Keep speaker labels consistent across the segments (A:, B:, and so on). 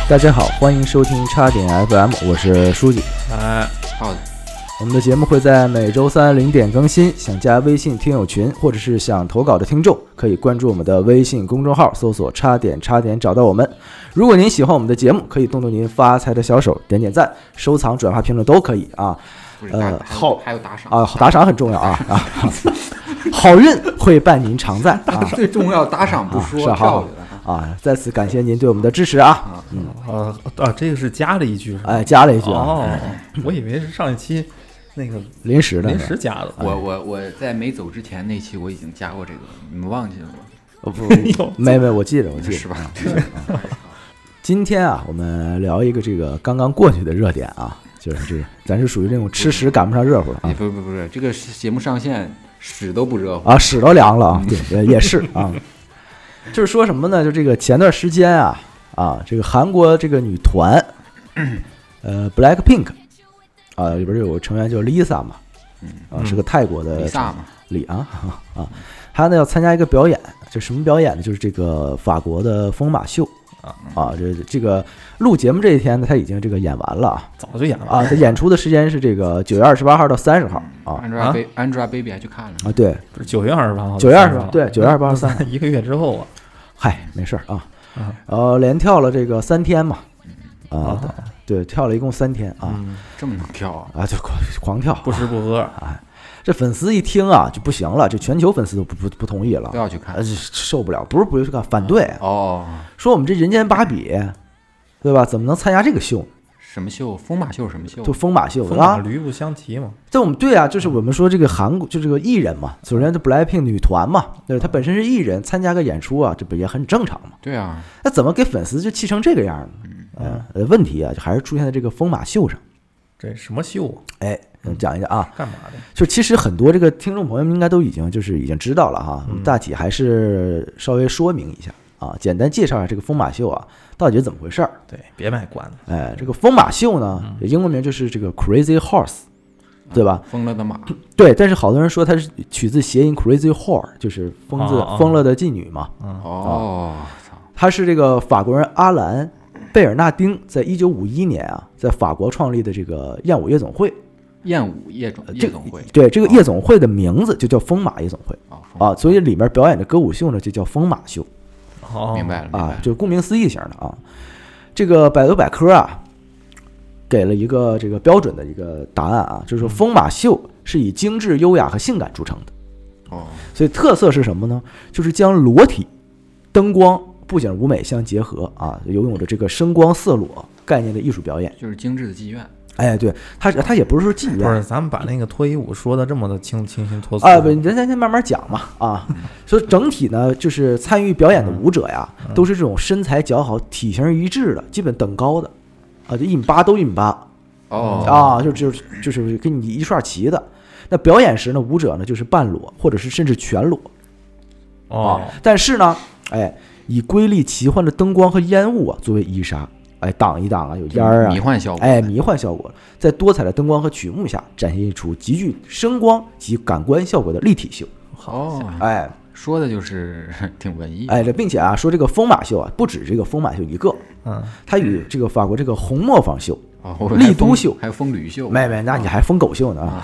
A: 大家好，欢迎收听叉点 FM， 我是书记。
B: 好的。
A: 我们的节目会在每周三0点更新，想加微信听友群或者是想投稿的听众，可以关注我们的微信公众号，搜索叉点找到我们。如果您喜欢我们的节目，可以动动您发财的小手，点点赞、收藏、转发、评论都可以啊。
B: 还有打赏
A: 啊，打赏很重要啊啊！好运会伴您常在啊，
B: 最重要打赏不说，
A: 跳啊！再次感谢您对我们的支持啊！
C: 这个是加了一句是吧？
A: 哎，加了一句
C: 哦，我以为是上一期那个
A: 临时
C: 加的。
B: 我在没走之前那期我已经加过这个，你们忘记了吗？
A: 没，我记得
B: 是吧？
A: 今天啊，我们聊一个这个刚刚过去的热点啊，就是这个咱是属于这种吃屎赶不上热乎的啊。
B: 不是，这个节目上线屎都不热乎
A: 啊，屎都凉了啊，对，也是啊。就是说什么呢？就这个前段时间啊，这个韩国这个女团，BLACKPINK 啊，里边有成员叫 Lisa 嘛，是个泰国的
B: Lisa 嘛，
A: 她呢要参加一个表演，就什么表演呢？就是这个法国的疯马秀啊，这个录节目这一天呢，她已经这个演完了啊，
C: 早就演了
A: 啊，她演出的时间是这个9月28号到30号啊。
B: Angelababy 还去看了
A: 啊，对，
C: 不是9月28号
A: ，9月28号，对，9月28号3
C: 一个月之后啊。
A: 嗨，没事啊，连跳了这个3天嘛，对，跳了一共3天啊，
B: 这么能跳啊，
A: 就狂跳，
C: 不吃不喝
A: 啊，这粉丝一听啊就不行了，这全球粉丝都不同意了，
B: 都要去看，
A: 受不了，不是去看，反对说我们这人间芭比，对吧？怎么能参加这个秀？
B: 什么秀？疯马秀什么秀？
A: 就疯马秀，
C: 疯马驴不相提嘛。
A: 在我们对啊，就是我们说这个韩国就这个艺人嘛，首先这 BLACKPINK 女团嘛，对，她本身是艺人，参加个演出啊，这不也很正常嘛？
B: 对啊，
A: 那怎么给粉丝就气成这个样呢？问题啊，就还是出现在这个疯马秀上。
C: 这什么秀啊？
A: 哎，讲一下啊，
C: 干嘛的？
A: 就其实很多这个听众朋友们应该都已经知道了哈，大体还是稍微说明一下啊，简单介绍一下这个疯马秀啊。到底是怎么回事儿？
C: 对，别卖关子。
A: 哎，这个疯马秀呢，英文名就是这个 Crazy Horse， 对吧？
B: 疯了的马。对，
A: 但是好多人说它是取自谐音 Crazy Whore， 就是疯了的妓女嘛。他是这个法国人阿兰·贝尔纳丁在1951年啊，在法国创立的这个艳舞夜总会。
B: 艳舞夜总会。
A: 对，这个夜总会的名字就叫疯马夜总会啊，所以里面表演的歌舞秀呢就叫疯马秀。
B: 明白了
A: 啊，就顾名思义型的啊。这个百度百科啊，给了一个这个标准的一个答案啊，就是说疯马秀是以精致、优雅和性感著称的。所以特色是什么呢？就是将裸体、灯光、布景、舞美相结合啊，拥有着这个声光色裸概念的艺术表演，
B: 就是精致的妓院。
A: 哎，对，他也不是说妓院，
C: 不是，咱们把那个脱衣舞说的这么的清新脱俗
A: 啊，不，咱先慢慢讲嘛啊。所以整体呢，就是参与表演的舞者呀，都是这种身材姣好、体型一致的，基本等高的，啊，就1.8米都1.8米，就是跟你一串齐的。那表演时呢，舞者呢就是半裸，或者是甚至全裸，但是呢，哎，以瑰丽奇幻的灯光和烟雾啊作为衣纱。哎，挡一挡啊，有烟啊，
B: 迷幻效果。
A: 哎，迷幻效果，在多彩的灯光和曲目下，展现一出极具声光及感官效果的立体秀。哎，
B: 说的就是挺文艺。
A: 哎，并且啊，说这个疯马秀啊，不止这个疯马秀一个，它与这个法国这个红磨坊秀、丽都秀，
B: 还有疯驴秀，
A: 没，那你还疯狗秀呢啊？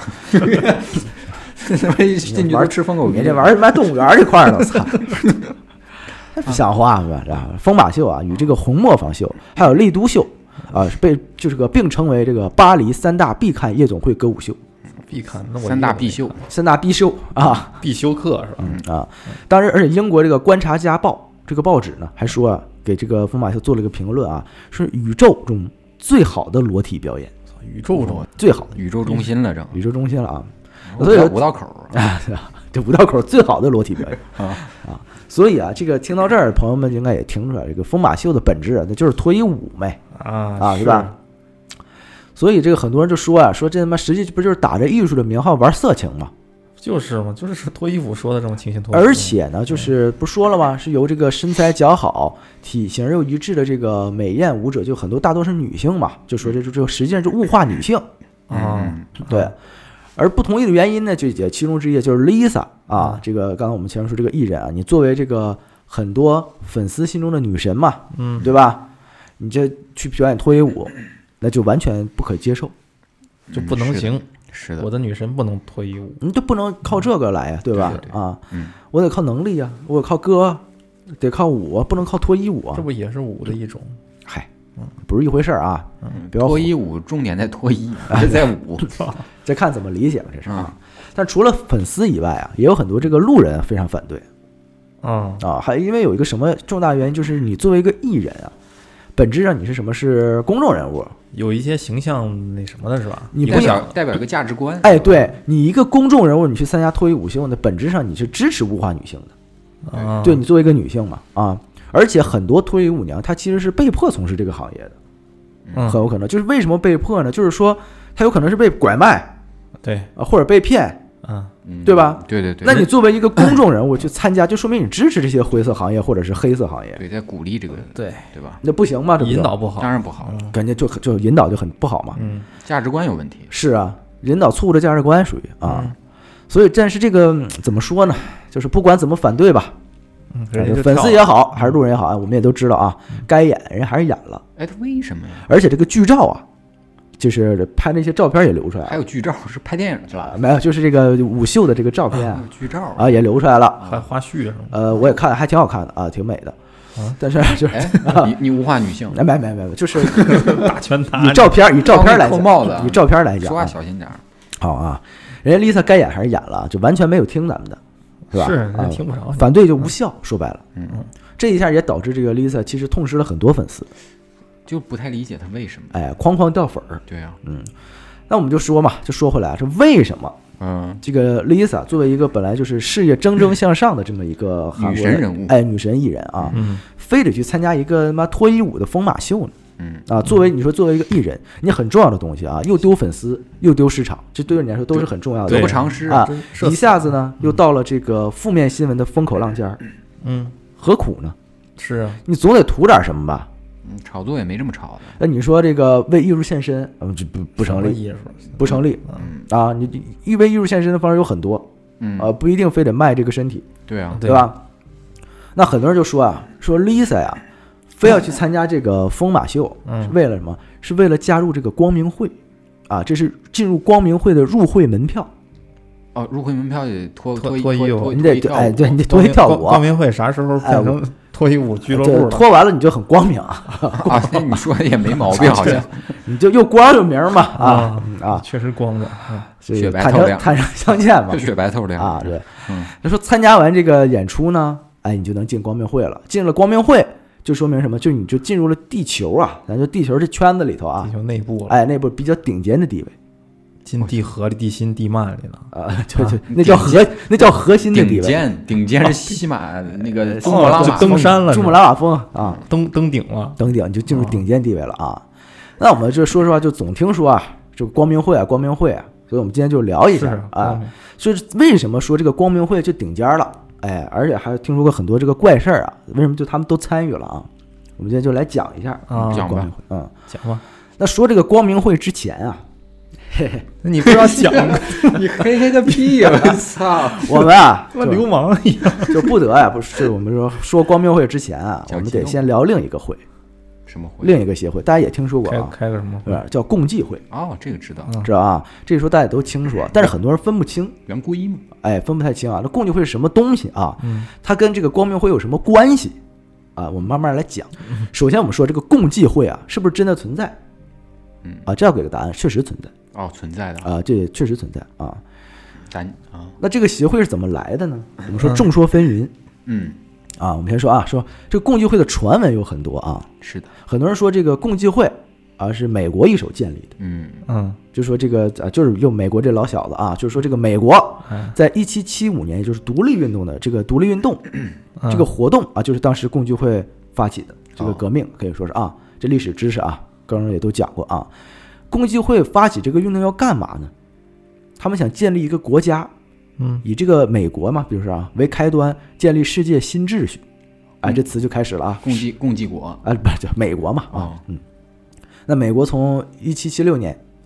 B: 进去玩吃疯狗鱼，
A: 你这玩动物园这块呢，操！不像话吧？疯马秀啊，与这个红磨坊秀还有丽都秀啊，就是个并称为这个巴黎3大必看夜总会歌舞秀。
C: 必看
B: 3大必秀
A: 啊，
C: 必修课是
A: 吧？当然，而且英国这个观察家报这个报纸呢，还说给这个疯马秀做了一个评论啊，是宇宙中最好的裸体表演，
C: 宇宙中
A: 最好的
B: 宇宙中心了，
A: 宇宙中心了啊！
B: 所以五道口
A: 啊，这五道口最好的裸体表演啊！所以啊，这个听到这儿，朋友们应该也听出来，这个疯马秀的本质啊，那就是脱衣舞呗啊，是吧？所以这个很多人就说说这他妈实际不就是打着艺术的名号玩色情吗？
C: 就是嘛，就是脱衣服说的这么清新脱俗。
A: 而且呢，就是不说了吗？是由这个身材姣好、体型又一致的这个美艳舞者，就很多大多是女性嘛，就说这实际上就物化女性对。而不同意的原因呢，就也其中之一就是 Lisa 啊，这个刚刚我们前面说这个艺人啊，你作为这个很多粉丝心中的女神嘛，对吧？ 你这去表演脱衣舞，那就完全不可接受，
C: 就不能行。
B: 是的，
C: 我的女神不能脱衣舞，
A: 你就不能靠这个来呀，对吧？
B: 对
A: 啊，我得靠能力呀，我得靠歌，得靠舞，不能靠脱衣舞啊。
C: 这不也是舞的一种？
A: 嗨，不是一回事啊。不要
B: 脱衣舞重点在脱衣，不是在舞。
A: 这看怎么理解吧，这是啊。但除了粉丝以外啊，也有很多这个路人非常反对。还因为有一个什么重大原因，就是你作为一个艺人啊，本质上你是什么？是公众人物，
C: 有一些形象那什么的是吧？
A: 你
B: 不代表一个价值观。
A: 哎，对你一个公众人物，你去参加脱衣舞秀呢，本质上你是支持物化女性的。对，你作为一个女性嘛，而且很多脱衣舞娘她其实是被迫从事这个行业的，很有可能就是为什么被迫呢？就是说她有可能是被拐卖，
C: 对
A: 或者被骗。对吧？
B: 对。
A: 那你作为一个公众人物去参加，就说明你支持这些灰色行业或者是黑色行业。
B: 对，在鼓励这个，对吧？
A: 那不行吗？这
C: 引导不好，
B: 当然不好，
A: 感觉就引导就很不好嘛。
B: 价值观有问题。
A: 是啊，引导错误的价值观属于啊。所以，但是这个怎么说呢？就是不管怎么反对吧，粉丝也好，还是路人也好，我们也都知道啊，该演人还是演了。
B: 哎，他为什么呀？
A: 而且这个剧照啊。就是拍那些照片也流出来了，
B: 还有剧照是拍电影是吧？
A: 没有，就是这个舞秀的这个照片啊，
B: 剧照
A: 啊也流出来了，
C: 还花絮是吗？
A: 我也看，还挺好看的啊，挺美的。但是就是
B: 你物化女性？
A: 没，就是
C: 打拳打
A: 以照片来讲，
B: 扣帽子，
A: 以照片来讲，
B: 说话小心点。
A: 好啊，人家 Lisa 该演还是演了，就完全没有听咱们的，是吧？
C: 是听不着，
A: 反对就无效。说白了，这一下也导致这个 Lisa 其实痛失了很多粉丝。
B: 就不太理解他为什么，
A: 哐哐掉粉儿。
B: 对啊，
A: 那我们就说嘛，就说回来，是为什么？这个 Lisa 作为一个本来就是事业蒸蒸向上的这么一个韩国
B: 女神人物，
A: 女神艺人啊，非得去参加一个脱衣舞的疯马秀呢？作为你说作为一个艺人，你很重要的东西啊，又丢粉丝又丢市场，这对于你来说都是很重要的，
B: 得不偿失
A: 啊！一下子呢，又到了这个负面新闻的风口浪尖儿，何苦呢？
C: 是啊，
A: 你总得图点什么吧？
B: 炒作也没这么炒的。
A: 那你说这个为艺术献身，这不成立，不成立。你为艺术献身的方式有很多，不一定非得卖这个身体。
B: 对啊，
A: 对吧？那很多人就说说 Lisa 呀，非要去参加这个疯马秀，是为了什么？是为了加入这个光明会，这是进入光明会的入会门票。
B: 入会门票得脱
C: 衣服，
A: 你得对，你得脱衣跳舞。
C: 光明会啥时候变成脱衣舞俱乐部了？
A: 脱完了你就很光明啊！
B: 你说的也没毛病，好像
A: 你就又光又明嘛
C: 确实光的，
B: 雪白透亮，
A: 坦诚相见嘛，
B: 雪白透亮
A: 对。他说参加完这个演出呢，你就能进光明会了。进了光明会，就说明什么？就你就进入了地球咱就地球这圈子里头
C: 地球内部了，
A: 内部比较顶尖的地位。
C: 进地核里、地心、地幔里了
A: 那叫核心的地位。
B: 顶尖是西马那个珠穆朗玛
C: 登山了，
A: 珠穆朗玛峰
C: 登顶了，
A: 登顶你就进入顶尖地位了那我们这说实话，就总听说这个光明会光明会所以我们今天就聊一下就是为什么说这个光明会就顶尖了？而且还听说过很多这个怪事儿为什么就他们都参与了我们今天就来讲一下
B: 讲吧，
C: 讲吧。
A: 那说这个光明会之前
C: 那你不知道讲，
B: 你嘿嘿个屁呀！我操，
A: 我们
C: 跟流氓一样，
A: 就不得不是我们说光明会之前我们得先聊另一个会，
B: 什么会？
A: 另一个协会，大家也听说过
C: 开个什么会？
A: 叫共济会。
B: 这个知道，
A: 知道这个说大家都清楚，但是很多人分不清，
B: 圆规嘛，
A: 分不太清那共济会是什么东西它跟这个光明会有什么关系我们慢慢来讲。首先我们说这个共济会是不是真的存在？这要给个答案，确实存在。
B: 存在的
A: 这也确实存在那这个协会是怎么来的呢？我们说众说纷纭。我们先说说这个共济会的传闻有很多
B: 是的，
A: 很多人说这个共济会是美国一手建立的。就说这个就是用美国这老小子就是说这个美国在1775年，也就是独立运动的这个独立运动这个活动就是当时共济会发起的这个革命，可以说是这历史知识刚刚也都讲过共济会发起这个运动要干嘛呢？他们想建立一个国家，以这个美国嘛，比如说为开端，建立世界新秩序。这词就开始了
B: 共济国
A: 不是叫美国嘛那美国从1776年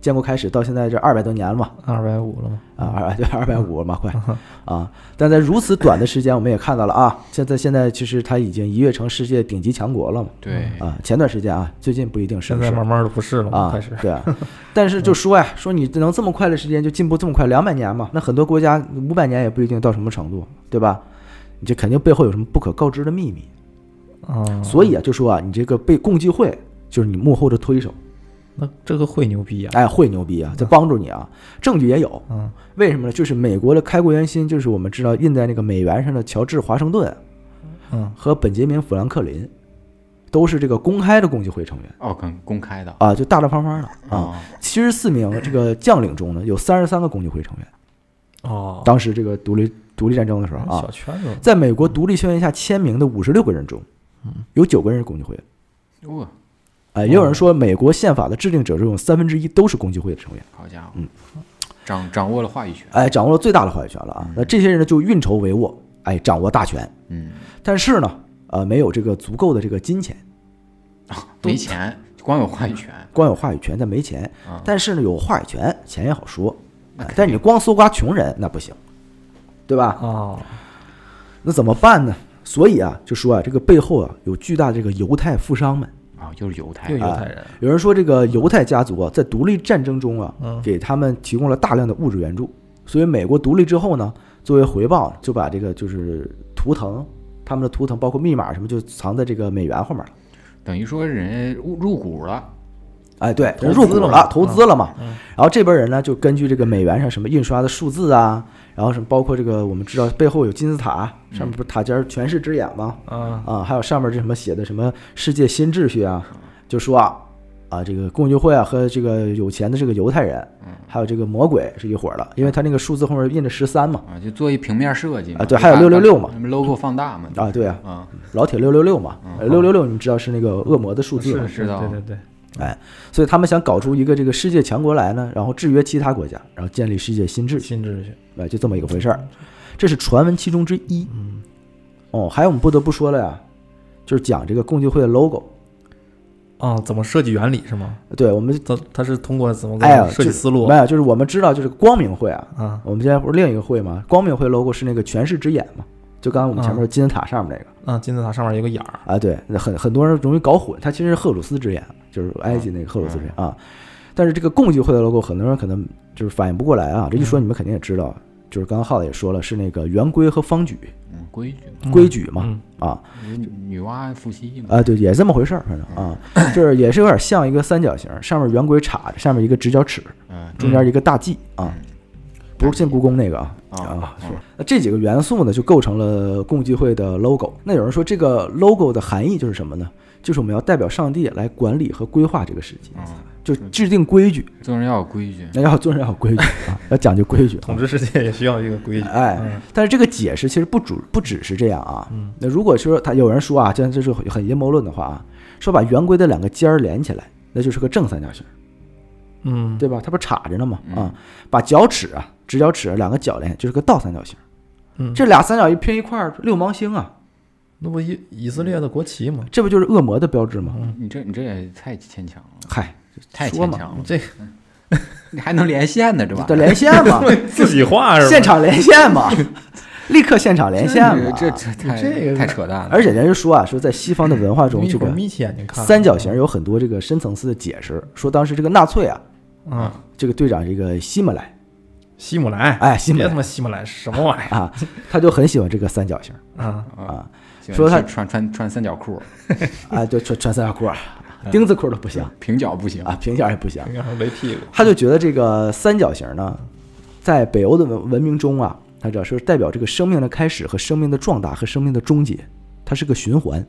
A: 建国开始到现在这200多年了嘛
C: ，250了嘛，
A: 啊，250了嘛，快啊！但在如此短的时间，我们也看到了啊，现在其实它已经一跃成世界顶级强国了嘛。
B: 对
A: 啊，前段时间啊，最近不一定是不是，
C: 现在慢慢的不是了
A: 啊，
C: 开始。
A: 对啊，但是就说呀，说你能这么快的时间就进步这么快，200年嘛，那很多国家500年也不一定到什么程度，对吧？你这肯定背后有什么不可告知的秘密。所以啊，就说啊，你这个被共济会就是你幕后的推手。
C: 那这个会牛逼啊！
A: 哎，会牛逼啊，在帮助你啊，证据也有。为什么呢？就是美国的开国元勋，就是我们知道印在那个美元上的乔治华盛顿，和本杰明富兰克林，都是这个公开的共济会成员。
B: 哦，公开的
A: 啊，就大大方方的啊。74名这个将领中呢，有33个共济会成员。
C: 哦，
A: 当时这个独立战争的时候啊，
C: 小圈子，
A: 在美国独立宣言下签名的56个人中，有9个人是共济会的。也有人说，美国宪法的制定者中有1/3都是共济会的成员。
B: 好家伙，掌握了话语权，
A: 哎，掌握了最大的话语权了啊！那这些人呢，就运筹帷幄，哎，掌握大权。但是呢，没有这个足够的这个金钱，
B: 没钱，光有话语权，
A: 但没钱。但是呢，有话语权，钱也好说。但是你光搜刮穷人那不行，对吧？那怎么办呢？所以啊，就说啊，这个背后啊有巨大的这个犹太富商们。
B: 就是犹太
C: 人。
A: 有人说这个犹太家族啊，在独立战争中啊，给他们提供了大量的物质援助。所以美国独立之后呢，作为回报，就把这个就是图腾，他们的图腾包括密码什么，就藏在这个美元后面了。
B: 等于说人入股了。
A: 哎，对，人入股了，投资了嘛。然后这边人呢，就根据这个美元上什么印刷的数字啊，然后什么包括这个我们知道背后有金字塔，上面不是塔尖权势之眼吗？还有上面这什么写的什么世界新秩序啊，就说这个共济会啊和这个有钱的这个犹太人，还有这个魔鬼是一伙的，因为他那个数字后面印着13嘛，
B: 就做一平面设计
A: 啊，对，还有666嘛
B: ，logo 放大嘛，
A: 对啊，老铁666嘛，666你知道是那个恶魔的数字，
B: 知道，
C: 对。
A: 哎，所以他们想搞出一个这个世界强国来呢，然后制约其他国家，然后建立世界新秩序，哎，就这么一个回事儿。这是传闻其中之一。还有我们不得不说了呀，就是讲这个共济会的 logo。
C: 怎么设计原理是吗？
A: 对，我们
C: 它是通过怎么个设计思路？
A: 没有，就是我们知道，就是光明会啊，我们现在不是另一个会吗？光明会 logo 是那个权势之眼嘛。就刚刚我们前面金字塔上面那个，
C: 金字塔上面有个眼儿
A: 啊，对，很多人容易搞混，它其实是赫鲁斯之眼，就是埃及那个赫鲁斯之眼啊。但是这个共济会的 logo， 很多人可能就是反应不过来啊。这一说你们肯定也知道，就是刚刚浩子也说了，是那个圆规和方矩，规矩嘛，
B: 女娲伏羲嘛，
A: 对，也这么回事儿，反正就是也是有点像一个三角形，上面圆规插着，上面一个直角尺，中间一个大 G 啊。不是进故宫那个是。那这几个元素呢，就构成了共济会的 logo。那有人说这个 logo 的含义就是什么呢？就是我们要代表上帝来管理和规划这个世界，就制定规矩。
B: 做人要有规矩，
A: 做人要有规矩要讲究规矩。
C: 统治世界也需要一个规矩。
A: 但是这个解释其实不只是这样啊。那如果说有人说啊，这是很阴谋论的话啊，说把圆规的2个尖儿连起来，那就是个正三角形。对吧？它不插着呢吗？把角尺直角尺2个角连，就是个倒三角形。这俩三角一拼一块儿，六芒星啊！
C: 那不以色列的国旗吗？
A: 这不就是恶魔的标志吗？
B: 你这也太牵强了。
A: 嗨，
B: 太牵强了。
C: 这
B: 你还能连线呢？这吧？
A: 这连线嘛，
C: 自己画是吧？
A: 现场连线嘛，立刻现场连线嘛。
B: 这太扯淡了。
A: 而且人家说说在西方的文化中，这个三角形有很多这个深层次的解释。说当时这个纳粹这个队长这个希姆莱，
C: 希姆莱，别他妈希姆莱什么玩意儿
A: 他就很喜欢这个三角形说他
B: 穿三角裤
A: 对，穿三角裤钉子裤都不行，
B: 平角不行
A: 平角也不行，
C: 平角勒屁股。
A: 他就觉得这个三角形呢，在北欧的文明中他主要是代表这个生命的开始和生命的壮大和生命的终结，它是个循环。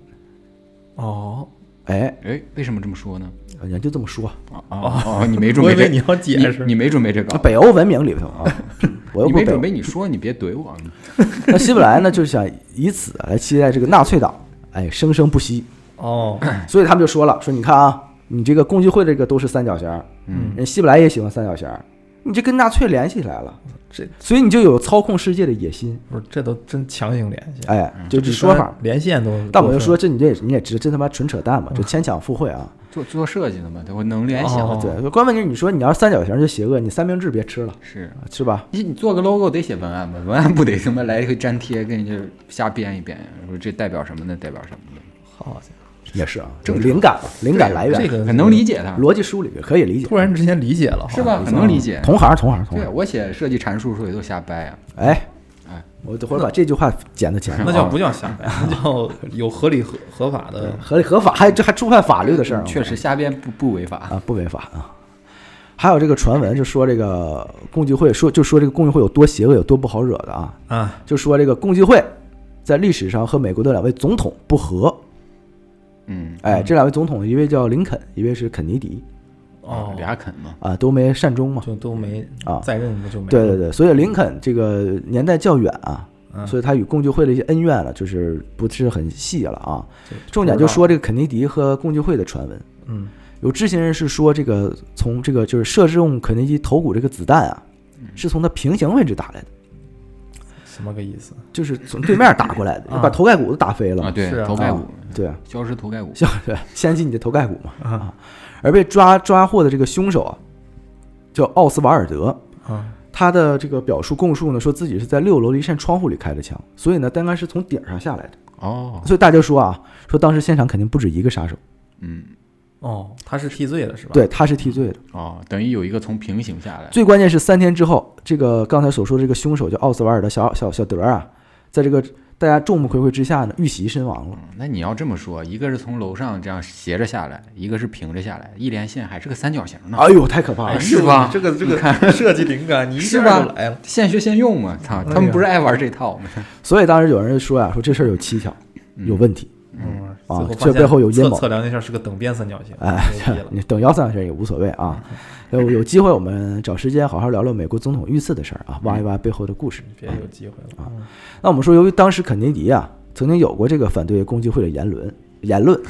B: 为什么这么说呢？
A: 人就这么说
B: 你没准备
C: 这，你要解释，
B: 你没准备这个
A: 北欧文明里头我又不
B: 没准备，你说你别怼我。
A: 那希伯来呢，就想以此来期待这个纳粹党生生不息所以他们就说了，说你看你这个共济会这个都是三角形，人希伯来也喜欢三角形，你这跟纳粹联系起来了，所以你就有操控世界的野心。
C: 不是，这都真强行联系，
A: 就这说法
C: 连线都。
A: 但我就说你也知道，这他妈纯扯淡嘛，就牵强附会
B: 做设计的嘛，他会能联想。
A: 对，关键是你说你要是三角形就邪恶，你三明治别吃了，是吧？
B: 你做个 logo 得写文案吧，文案不得他妈来一个粘贴，给你就瞎编一编，说这代表什么的，代表什么的。
C: 好家伙。
A: 也是啊，这个灵感来源，
B: 这个很能理解它，
A: 逻辑梳理可以理解。
C: 突然之间理解了，
B: 是吧？很能理解。
A: 同行。
B: 对，我写设计阐述时候也都瞎掰啊。
A: 哎，我等会儿把这句话剪到前面。
C: 那不叫瞎掰，那叫有合理合法的，
A: 合理合法，这还触犯法律的事儿。
B: 确实瞎编不违法
A: 啊，不违法啊。还有这个传闻就说这个共济会说这个共济会有多邪恶，有多不好惹的啊。就说这个共济会在历史上和美国的2位总统不和。这2位总统，一位叫林肯，一位是肯尼迪。
B: 俩肯嘛，
A: 都没善终嘛，
C: 就都没在任就没。
A: 对，所以林肯这个年代较远啊，所以他与共济会的一些恩怨呢，就是不是很细了啊。重点就说这个肯尼迪和共济会的传闻。有知情人士说，这个从这个就是射中肯尼迪头骨这个子弹啊，是从他平行位置打来的。
C: 什么个意思？
A: 就是从对面打过来的，把头盖骨都打飞了。
B: 对，头盖骨，
A: 对，
B: 消失头盖骨，
A: 对，掀起你的头盖骨嘛。而被抓获的这个凶手啊，叫奥斯瓦尔德。他的这个供述呢，说自己是在6楼的一扇窗户里开的枪，所以呢，应该是从顶上下来的。所以大家说当时现场肯定不止一个杀手。
C: 他是替罪的是吧？
A: 对，他是替罪的。
B: 等于有一个从平行下来。
A: 最关键是3天之后，这个刚才所说的这个凶手叫奥斯瓦尔德小德啊，在这个大家众目睽睽之下呢，遇袭身亡了。
B: 那你要这么说，一个是从楼上这样斜着下来，一个是平着下来，一连线还是个三角形呢。
A: 哎呦，太可怕了，
B: 是吧？
C: 这个设计灵感，你一下就来了，
B: 现学现用嘛，操，他们不是爱玩这套吗？
A: 所以当时有人说说这事儿有蹊跷，有问题。这背后有阴谋。
C: 测量一下是个等边三角形。
A: 你等腰三角形也无所谓啊。有机会我们找时间好好聊聊美国总统遇刺的事儿啊，挖一挖背后的故事。
C: 别有机会了啊。
A: 那我们说，由于当时肯尼迪啊曾经有过这个反对共济会的言论言论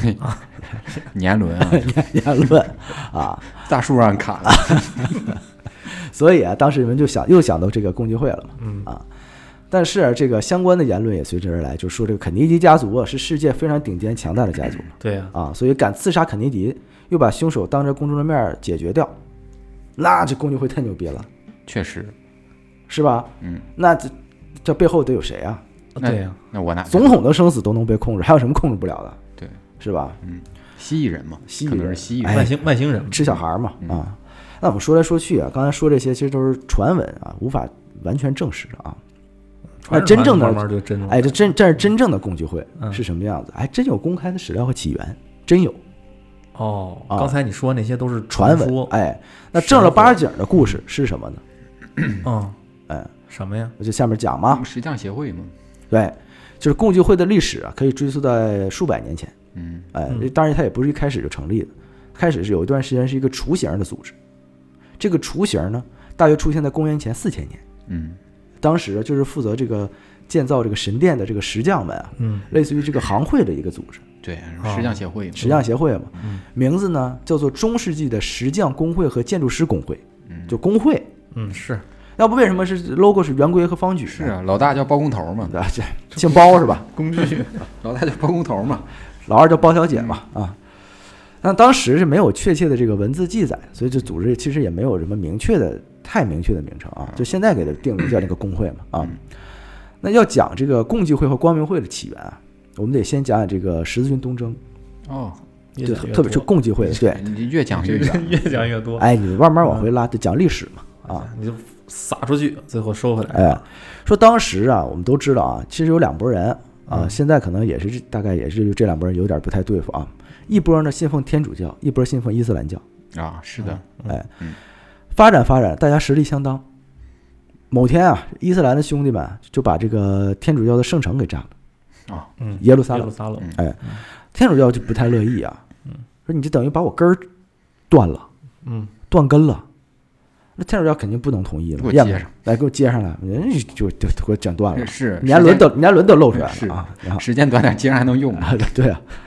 A: 啊，
B: 大树让人砍了。
A: 所以当时人们就又想到这个共济会了嘛。但是这个相关的言论也随之而来，就说这个肯尼迪家族是世界非常顶尖强大的家族。
C: 对
A: 所以敢刺杀肯尼迪，又把凶手当着公众的面解决掉，那这共济会太牛逼了。
B: 确实，
A: 是吧？那这背后得有谁啊？
C: 对
B: 那我哪
A: 总统的生死都能被控制，还有什么控制不了的？
B: 对，
A: 是吧？
B: 蜥蜴人嘛，可能是蜥蜴
C: 人，外星人
A: 吃小孩嘛。那我们说来说去刚才说这些其实都是传闻无法完全证实的那真正的
C: 慢慢就真
A: 这是真正的共济会是什么样子？真有公开的史料和起源，真有。
C: 刚才你说那些都是
A: 传闻。那正儿八经的故事是什么呢？
C: 什么呀？
A: 我就下面讲嘛。
B: 石匠协会嘛。
A: 对，就是共济会的历史可以追溯在数百年前。当然它也不是一开始就成立的，开始是有一段时间是一个雏形的组织。这个雏形呢，大约出现在公元前4000年。当时就是负责这个建造这个神殿的这个石匠们类似于这个行会的一个组织。
B: 对，石匠协会。
A: 石匠协会嘛，名字呢叫做中世纪的石匠工会和建筑师工会。就工会。
C: 是。
A: 要不为什么是 logo 是圆规和方矩？
B: 是老大叫包工头嘛，
A: 这姓包是吧？
C: 工具。
B: 老大叫包工头嘛，
A: 老二叫包小姐嘛。那当时是没有确切的这个文字记载，所以这组织其实也没有什么太明确的名称就现在给它定名叫那个工会嘛。那要讲这个共济会和光明会的起源我们得先讲讲这个十字军东征。对，特别是共济会的。对，
B: 你越讲越远，
C: 越讲越多。
A: 你慢慢往回拉，得讲历史嘛。
C: 你就撒出去，最后收回来。
A: 说当时我们都知道其实有2拨人现在可能也是大概也是这2拨人有点不太对付一波呢信奉天主教，一波信奉伊斯兰教。
B: 是的。
A: 发展，大家实力相当。某天伊斯兰的兄弟们就把这个天主教的圣城给炸了。耶路撒冷。天主教就不太乐意说你这等于把我根儿断了，断根了。那天主教肯定不能同意了，给我接上来，人就给我剪断了。
B: 是，
A: 年轮都露出来了
B: 时间短点，接上还能用
A: 对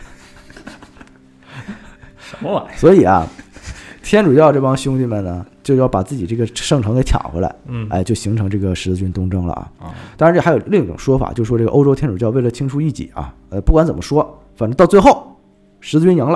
C: 什么玩意儿？
A: 所以天主教这帮兄弟们呢，就要把自己这个圣城给抢回来。就形成这个十字军东征了当然，这还有另一种说法，就是说这个欧洲天主教为了清除异己不管怎么说，反正到最后十字军赢了，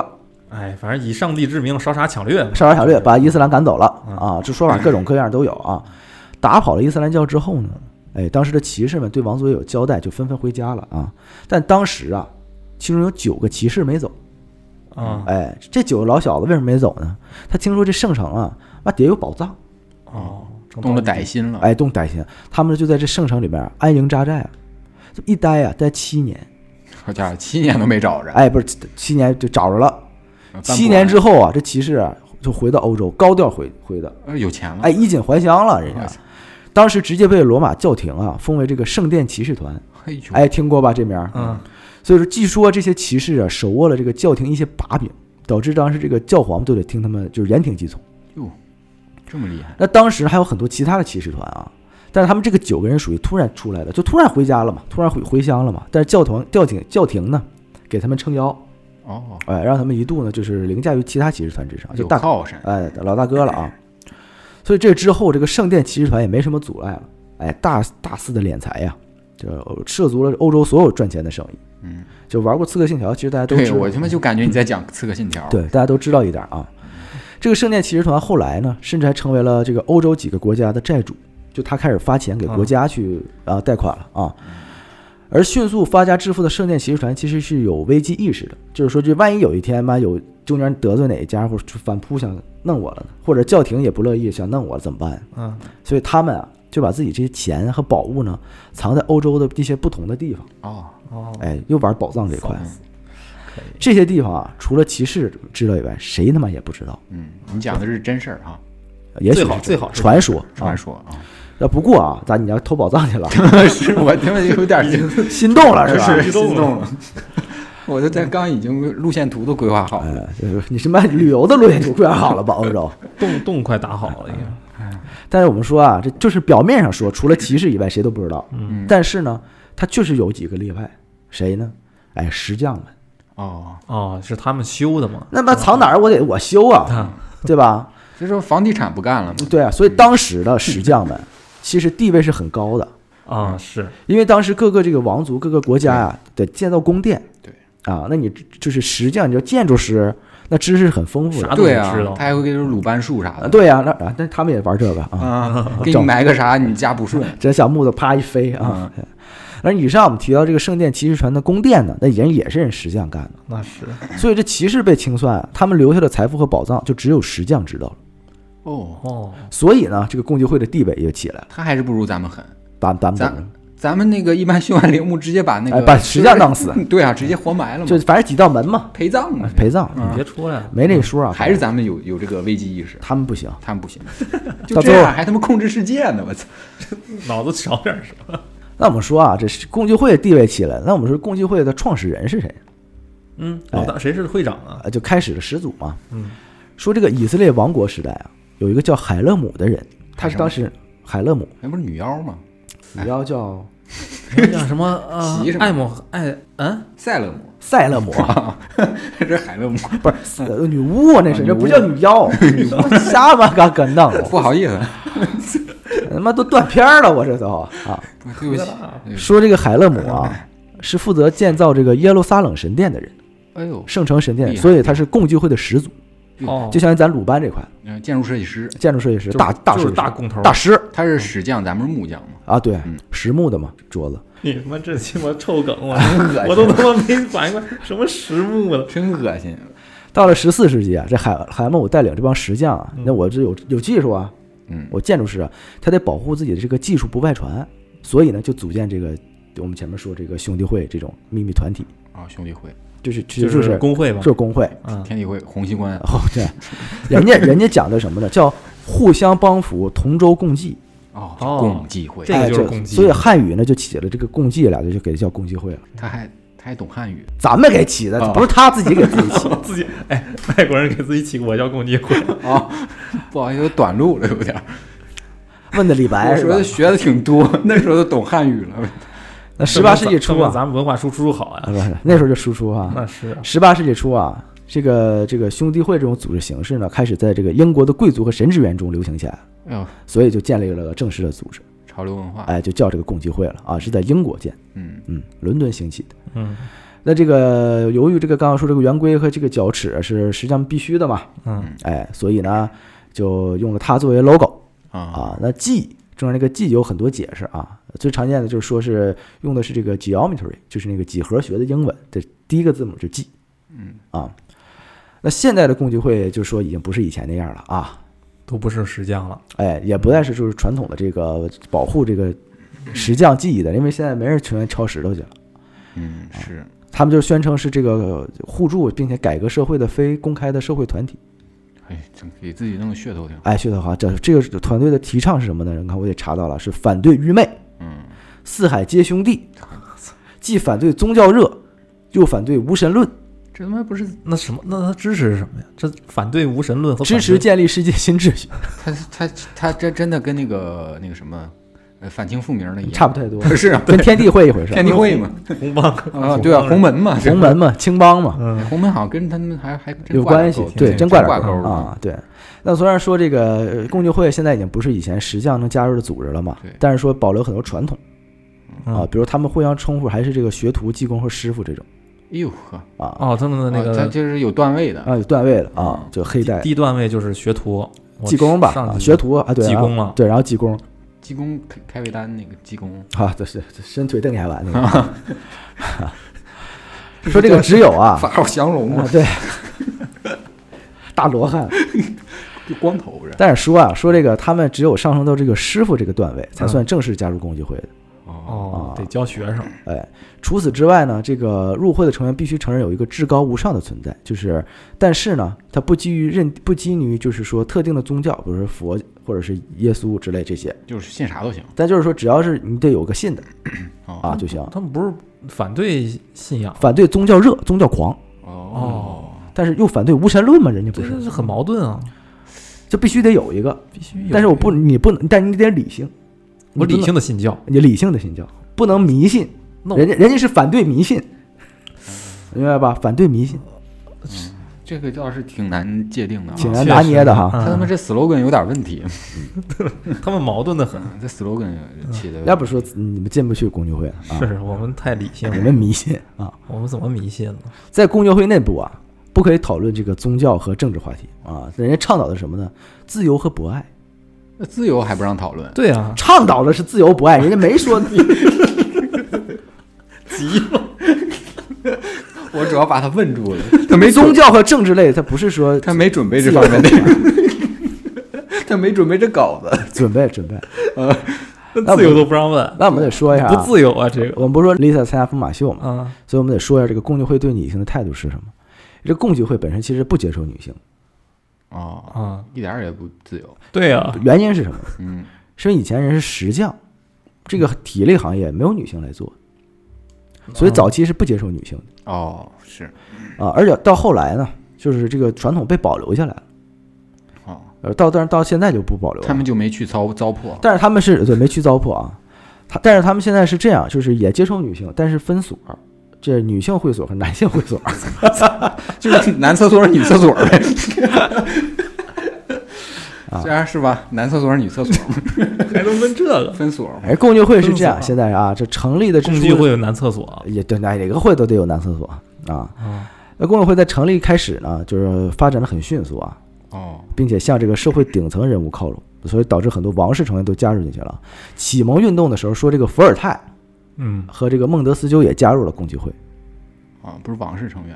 C: 哎，反正以上帝之名烧杀抢掠，
A: 把伊斯兰赶走了啊！这说法各种各样都有啊。打跑了伊斯兰教之后呢，哎，当时的骑士们对王族也有交代，就纷纷回家了啊。但当时啊，其中有9个骑士没走
C: 啊。
A: 哎，这9个老小子为什么没走呢？他听说这圣城啊，底下有宝藏
B: 哦，动了歹心了。
A: 哎，动歹心，他们就在这圣城里边安营扎寨了，一待啊，待7年。
B: 好家伙，7年都没找着。
A: 哎，不是7年就找着了。7年之后啊，这骑士啊就回到欧洲，高调回的，
B: 有钱了，
A: 哎，衣锦还乡了，人家。当时直接被罗马教廷啊封为这个圣殿骑士团，哎，听过吧这名？所以说，据说这些骑士啊手握了这个教廷一些把柄，导致当时这个教皇都得听他们，就是言听计从。
B: 哟，这么厉害！
A: 那当时还有很多其他的骑士团啊，但是他们这个9个人属于突然出来的，就突然回家了嘛，突然回乡了嘛。但是教廷呢给他们撑腰。哎，让他们一度呢就是凌驾于其他骑士团之上，就大
B: 靠山，
A: 哎，老大哥了啊。所以这之后，这个圣殿骑士团也没什么阻碍了，哎，大肆的敛财呀，就涉足了欧洲所有赚钱的生意。就玩过刺客信条，其实大家都知道。
B: 对，我他妈就感觉你在讲刺客信条。
A: 对，大家都知道一点啊。这个圣殿骑士团后来呢，甚至还成为了这个欧洲几个国家的债主，就他开始发钱给国家去贷款了啊。而迅速发家致富的圣殿骑士团其实是有危机意识的，就是说这万一有一天有中间得罪哪一家，或者反扑想弄我了呢，或者教廷也不乐意想弄我了怎么办？所以他们啊就把自己这些钱和宝物呢藏在欧洲的一些不同的地方。哎，又玩宝藏这块。这些地方啊，除了骑士知道以外，谁他妈也不知道。
B: 你讲的是真事儿啊？
A: 也许
C: 最好
A: 传说
B: 啊。
A: 不过啊，你要偷宝藏去了，
B: 是我他妈有点
A: 心动了，是吧？
B: 心动了。我就在刚已经路线图都规划好了。
A: 你什么旅游的路线图规划好了吧？欧洲
C: 洞快打好了已经。
A: 但是我们说啊，这就是表面上说，除了骑士以外，谁都不知道。但是呢，他确实有几个例外，谁呢？哎，石匠们。
C: 是他们修的嘛？
A: 那么藏哪儿？我修啊，对吧？
B: 所以说房地产不干了嘛。
A: 对啊，所以当时的石匠们其实地位是很高的
C: 是
A: 因为当时各个这个王族、各个国家啊得建造宫殿。
B: 对
A: 啊，那你就是石匠，你就建筑师，那知识很丰富的。
C: 对啊，
B: 他还会给你鲁班术啥的。
A: 对啊，那他们也玩这个
B: 给你埋个啥，你家不顺，
A: 这小木头啪一飞啊。而以上我们提到这个圣殿骑士团的宫殿呢，那也是人石匠干的。
C: 那是，
A: 所以这骑士被清算，他们留下的财富和宝藏就只有石匠知道了。所以呢，这个共济会的地位也起来了。
B: 他还是不如咱们狠。
A: 咱
B: 们那个一般修完陵墓，直接把那个
A: 把石匠弄死。
B: 对啊，直接活埋了嘛。
A: 就反正几道门嘛，
B: 陪葬嘛，
A: 你
C: 别出来了，
A: 没那说啊。
B: 还是咱们有这个危机意识，
A: 他们不行，
B: 就这样还他妈控制世界呢，我操，
C: 脑子少点是吧？
A: 那我们说啊，这是共济会地位起来，那我们说共济会的创始人是谁？
C: 老大谁是会长啊？
A: 就开始的始祖嘛。说这个以色列王国时代啊，有一个叫海勒姆的人，他是当时海勒姆，
B: 那不是女妖吗？
A: 女妖叫
C: 什么？艾姆
B: 塞勒姆这海勒姆
A: 不是女巫，那是这不叫女妖，女巫瞎嘛嘎弄，
B: 不好意思，
A: 他妈都断片了，我这都啊，
B: 对不起。
A: 说这个海勒姆啊，是负责建造这个耶路撒冷神殿的人，
B: 哎呦，
A: 圣城神殿，所以他是共济会的始祖。就像咱鲁班这块，
B: 建筑设计师，
A: 大
C: 工头
A: 大师，
B: 他是石匠，咱们是木匠嘛。
A: 对，石木的嘛，桌子。
C: 你他妈这鸡巴臭梗，我都他妈没反应过来什么石木了，
B: 真恶心。
A: 到了14世纪啊，这海勒姆带领这帮石匠啊，那我这有技术啊，我建筑师啊，他得保护自己的这个技术不外传，所以呢，就组建这个我们前面说这个兄弟会这种秘密团体
B: 兄弟会。
A: 就是
C: 工会吧，
A: 就是工会，
B: 天地会、洪熙官。
A: 对，人家讲的什么呢？叫互相帮扶，同舟共济。
B: 共济会，
C: 这个就是共济。
A: 所以汉语呢就起了这个共济俩字，就给它叫共济会了。
B: 他还懂汉语，
A: 咱们给起的，不是他自己给自己起。
C: 自己外国人给自己起，我叫共济会
B: 不好意思，短路了有点。
A: 问的李白是吧？
B: 我说学的挺多，那时候都懂汉语了。
A: 那18世纪初啊，
C: 咱们文化输出好啊，
A: 不是那时候就输出啊。
C: 那是
A: 18世纪初啊，这个兄弟会这种组织形式呢，开始在这个英国的贵族和神职员中流行起来，所以就建立了正式的组织，
B: 潮流文化，
A: 就叫这个共济会了啊，是在英国建，伦敦兴起的， 那这个由于这个刚刚说这个圆规和这个角尺是实际上必须的嘛，所以呢就用了它作为 logo 那 G 中间那个 G 有很多解释啊，最常见的就是说是用的是这个 geometry， 就是那个几何学的英文，这第一个字母是 G， 那现在的共济会就是说已经不是以前那样了啊，
D: 都不是石匠了，
A: 也不再是就是传统的这个保护这个石匠技艺的，因为现在没人全员敲石头去了，
B: 是。
A: 他们就宣称是这个互助并且改革社会的非公开的社会团体。
B: 给自己弄个噱头挺好。
A: 噱头好。这个团队的提倡是什么呢？你看我也查到了，是反对愚昧，四海皆兄弟，既反对宗教热，又反对无神论。
B: 这他妈不是
D: 那什么？那他支持什么呀？这反对无神论和
A: 支持建立世界新秩序。
B: 他这真的跟那个什么。反清复明的一样，
A: 差不太多，
B: 是啊，
A: 跟天地会一回事。
B: 天地会嘛，
C: 红帮
B: 啊，对啊，洪门嘛，
A: 青帮嘛，
B: 洪门好像跟他们还
A: 有关系，对，真挂
B: 钩
A: 啊，对。那虽然说这个共济会现在已经不是以前石匠能加入的组织了嘛，但是说保留很多传统比如他们互相称呼还是这个学徒、技工和师傅这种。
B: 哎呦
D: 呵他们的那个
B: 他就是有段位的
A: 有段位的啊，就黑带
D: 低段位就是学徒、
A: 技工吧，学徒对，
D: 技工嘛，
A: 对，然后技工。
B: 技工开维丹那个技工
A: 这是伸腿蹬还完那个说这个只有
B: 法号降龙嘛，
A: 对，大罗汉
B: 光头着。
A: 但是说这个他们只有上升到这个师傅这个段位才算正式加入共济会的
D: 得教学生。
A: 除此之外呢，这个入会的成员必须承认有一个至高无上的存在，但是呢，它不基于就是说特定的宗教，比如说佛或者是耶稣之类这些，
B: 就是信啥都行。
A: 但就是说，只要是你得有个信的就行。
D: 他们不是反对信仰，
A: 反对宗教热、宗教狂但是又反对无神论嘛，人家不是，
D: 这很矛盾啊。
A: 就必须得有一个，但是你不能，但你得理性，
D: 我理性的信教，
A: 你理性的信教，不能迷信。人家是反对迷信，明白吧？反对迷信，
B: 这个倒是挺难界定的，
A: 挺难拿捏的哈。
B: 他们这 slogan 有点问题，
D: 他们矛盾的很。
B: 这 slogan 起的，
A: 要不说你们进不去共济会
D: 是我们太理性了，
A: 你们迷信啊？
D: 我们怎么迷信呢？
A: 在共济会内部不可以讨论这个宗教和政治话题人家倡导的什么呢？自由和博爱。
B: 那自由还不让讨论？
D: 对啊，
A: 倡导的是自由博爱，人家没说。
D: 急了，
B: 我主要把他问住了。
A: 他没宗教和政治类，他不是说
B: 他没准备这方面的，他没准备这稿子。
A: 准备
D: 那自由都不让问，
A: 那我们得说一下
D: 不自由啊！这个
A: 我们不是说 Lisa 参加疯马秀嘛，所以我们得说一下这个共济会对女性的态度是什么。这共济会本身其实不接受女性
B: 一点也不自由。
D: 对啊，
A: 原因是什么？是因为以前人是石匠，这个体力行业没有女性来做。所以早期是不接受女性的
B: 是
A: 而且到后来呢，就是这个传统被保留下来了但是到现在就不保留了，
B: 他们就没去糟粕，
A: 但是他们是没去糟粕但是他们现在是这样，就是也接受女性，但是分所，这女性会所和男性会所
B: 就是男厕所女厕所呗虽然是吧，男厕所女厕所
C: 还能分这个
B: 分所？
A: 共济会是这样，现在这成立的
D: 共济会有男厕所，
A: 也对，哪个会都得有男厕所那共济会在成立开始呢，就是发展的很迅速并且向这个社会顶层人物靠拢，所以导致很多王室成员都加入进去了。启蒙运动的时候，说这个伏尔泰和这个孟德斯鸠也加入了共济会
B: 不是王室成员，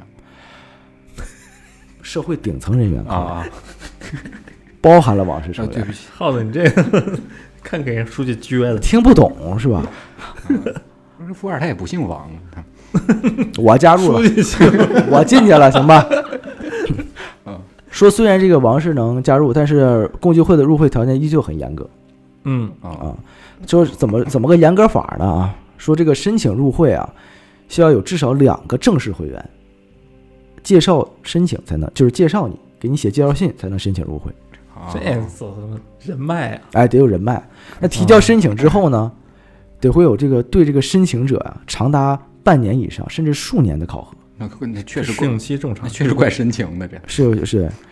A: 社会顶层人员包含了王室成员。
B: 对不起，
C: 耗子，你这个看给人出去撅的，
A: 听不懂是吧？
B: 不是伏尔泰也不姓王，
A: 我加入了，我进去了，行吧？说虽然这个王室能加入，但是共济会的入会条件依旧很严格。就是怎么个严格法呢？说这个申请入会需要有至少2个正式会员介绍申请才能，就是介绍你，给你写介绍信才能申请入会。
D: 这走什么人脉
A: 得有人脉。那提交申请之后呢，得会有这个对这个申请者长达半年以上甚至数年的考核。
B: 那确实
D: 试用期正常，
B: 确实怪深情的，这
A: 是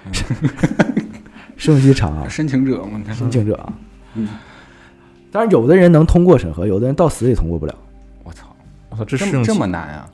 A: 试用期长
B: 申请者嘛，
A: 申请者当然有的人能通过审核，有的人到死也通过不了。
B: 我操，
D: 这试用期
B: 这么难啊？
A: 对，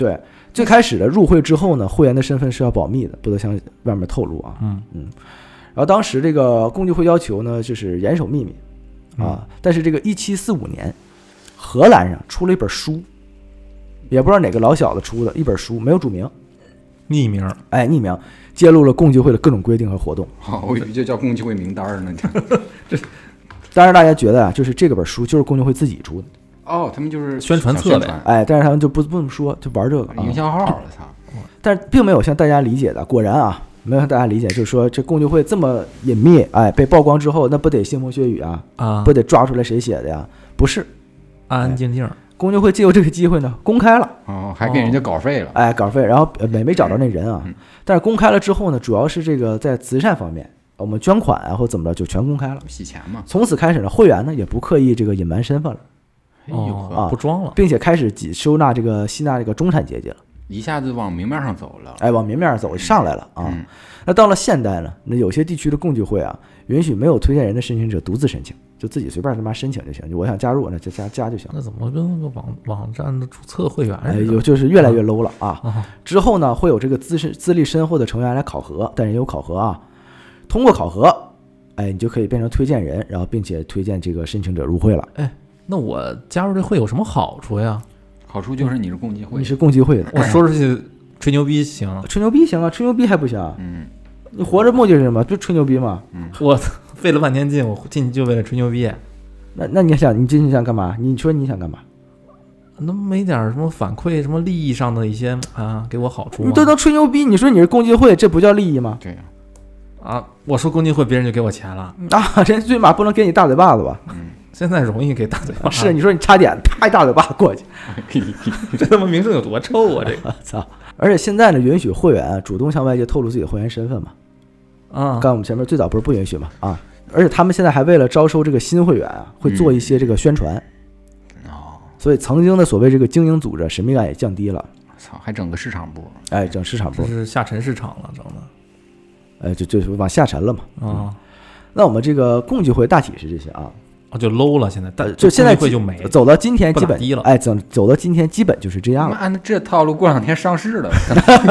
A: 最开始的入会之后呢，会员的身份是要保密的，不得向外面透露啊。然后当时这个共济会要求呢，就是严守秘密啊。但是这个1745年，荷兰上出了一本书，也不知道哪个老小子出的一本书，没有注明，
D: 匿名，
A: 匿名揭露了共济会的各种规定和活动。
B: 我以为就叫共济会名单呢。
A: 当然大家觉得啊，就是这个本书就是共济会自己出的。
B: 他们就是
D: 宣传策略，
A: 但是他们就不这么说，就玩这个
B: 营销号了，操！
A: 但是并没有像大家理解的，果然啊，没有像大家理解，就是说这共济会这么隐秘，被曝光之后，那不得腥风血雨啊，不得抓出来谁写的呀？不是，
D: 安安静静。
A: 共济会借由这个机会呢，公开了，
B: 还给人家稿费了，
A: 稿费，然后没找着那人啊，但是公开了之后呢，主要是这个在慈善方面，我们捐款啊或怎么着就全公开了，
B: 洗钱嘛。从
A: 此开始呢，会员呢也不刻意这个隐瞒身份了。
D: 不装了，
A: 并且开始吸纳这个中产阶级了，
B: 一下子往明面上走了，
A: 往明面上走上来了啊。那到了现代呢，那有些地区的共济会啊，允许没有推荐人的申请者独自申请，就自己随便他妈申请就行，就我想加入那就加就行。
D: 那怎么跟那个网站的注册会员
A: 就是越来越 low 了啊。之后呢，会有这个资历深厚的成员来考核，但是也有考核啊，通过考核，你就可以变成推荐人，然后并且推荐这个申请者入会了。
D: 那我加入这会有什么好处呀？
B: 好处就是你是共济会，
A: 你是共济会的。
D: 我说出去吹牛逼行？
A: 吹牛逼行啊，吹牛逼还不行？你活着目的是什么？就吹牛逼嘛。
D: 我费了半天劲，我进去就为了吹牛逼。
A: 那你想，你进去想干嘛？你说你想干嘛？
D: 那没点什么反馈，什么利益上的一些给我好处吗？
A: 你都能吹牛逼，你说你是共济会，这不叫利益吗？
B: 对
D: 呀。我说共济会，别人就给我钱了
A: 人最起码不能给你大嘴巴子吧？
D: 现在容易给大嘴巴，
A: 是你说你差点啪一大嘴巴过去，
D: 这他妈名声有多臭啊！这个
A: 操！而且现在呢，允许会员主动向外界透露自己的会员身份嘛？刚我们前面最早不是不允许嘛？而且他们现在还为了招收这个新会员会做一些这个宣传。所以曾经的所谓这个精英组织神秘感也降低了。
B: 操，还整个市场部？
A: 整市场部，
D: 这是下沉市场了，整的。
A: 就往下沉了嘛。那我们这个共济会大体是这些
D: 就 low 了，现在
A: 就现在
D: 会就没
A: 走到今天基本
D: 低了，
A: 走到今天基本就是这样了。
B: 按这套路，过两天上市了，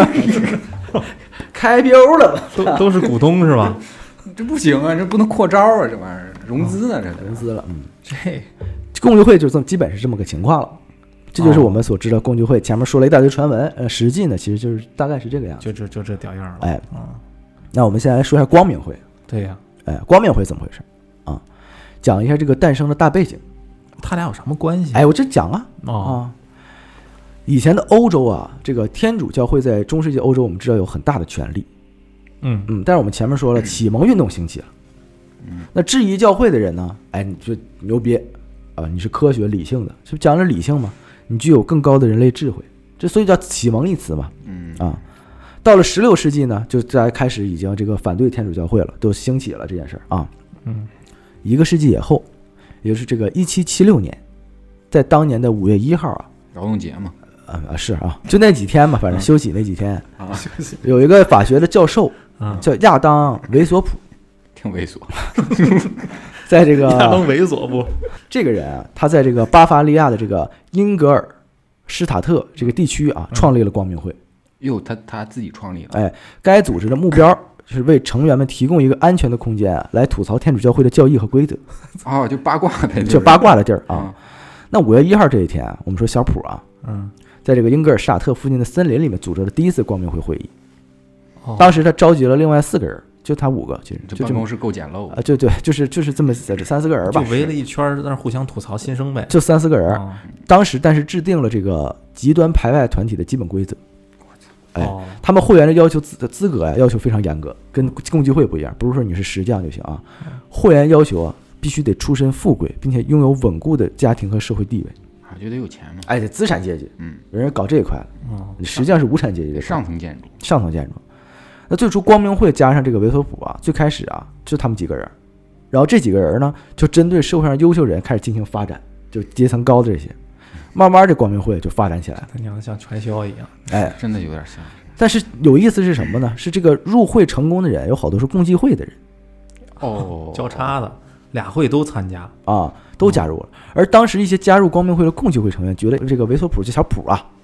A: 开标了吧？
D: 都是股东是吧？
B: 这不行啊，这不能扩招啊，这玩意儿融资呢，这
A: 融资了。
D: 这
A: 共济会就这么基本是这么个情况了。这就是我们所知道共济会。前面说了一大堆传闻，实际呢其实就是大概是这个样子，
D: 就这屌样了。
A: 那我们现在来说一下光明会。
D: 对呀，
A: 光明会怎么回事？讲一下这个诞生的大背景，
D: 他俩有什么关系？
A: 我这讲以前的欧洲这个天主教会在中世纪欧洲，我们知道有很大的权力。但是我们前面说了，启蒙运动兴起了。那质疑教会的人呢？你就牛逼你是科学理性的，是不是讲了理性嘛？你具有更高的人类智慧，这所以叫启蒙一词嘛。到了16世纪呢，就大家开始已经这个反对天主教会了，都兴起了这件事1个世纪以后，也就是这个1776年，在当年的5月1号
B: 劳动节嘛，
A: 是就那几天嘛，反正休息那几天有一个法学的教授叫亚当·维索普，
B: 挺猥琐，
A: 在这个
D: 亚当猥琐不？
A: 这个人他在这个巴伐利亚的这个英格尔施塔特这个地区创立了光明会。
B: 他自己创立了。
A: 该组织的目标就是为成员们提供一个安全的空间来吐槽天主教会的教义和规则。
B: 就八卦的，
A: 就八卦的地儿那5月1号这一天我们说小普在这个英格尔施塔特附近的森林里面组织了第一次光明会会议。当时他召集了另外4个人，就他5个，其实
B: 这办公室够简陋
A: 对，就是这么3-4个人吧，
D: 就围了一圈在那互相吐槽新生呗，
A: 就3-4个人。当时但是制定了这个极端排外团体的基本规则。他们会员的要求资格要求非常严格，跟共济会不一样，不是说你是石匠就行会员要求必须得出身富贵，并且拥有稳固的家庭和社会地位
B: 就得有钱嘛。
A: 得资产阶级。有人搞这一块实际上是无产阶级的
B: 上层建筑。
A: 那最初光明会加上这个维索普最开始就他们几个人，然后这几个人呢就针对社会上优秀人开始进行发展，就阶层高的这些。慢慢这光明会就发展起来了，
D: 他娘像传销一样，
B: 真的有点像。
A: 但是有意思是什么呢？是这个入会成功的人有好多是共济会的人，
D: 交叉的俩会都参加
A: 都加入了。而当时一些加入光明会的共济会成员觉得这个维索普这小普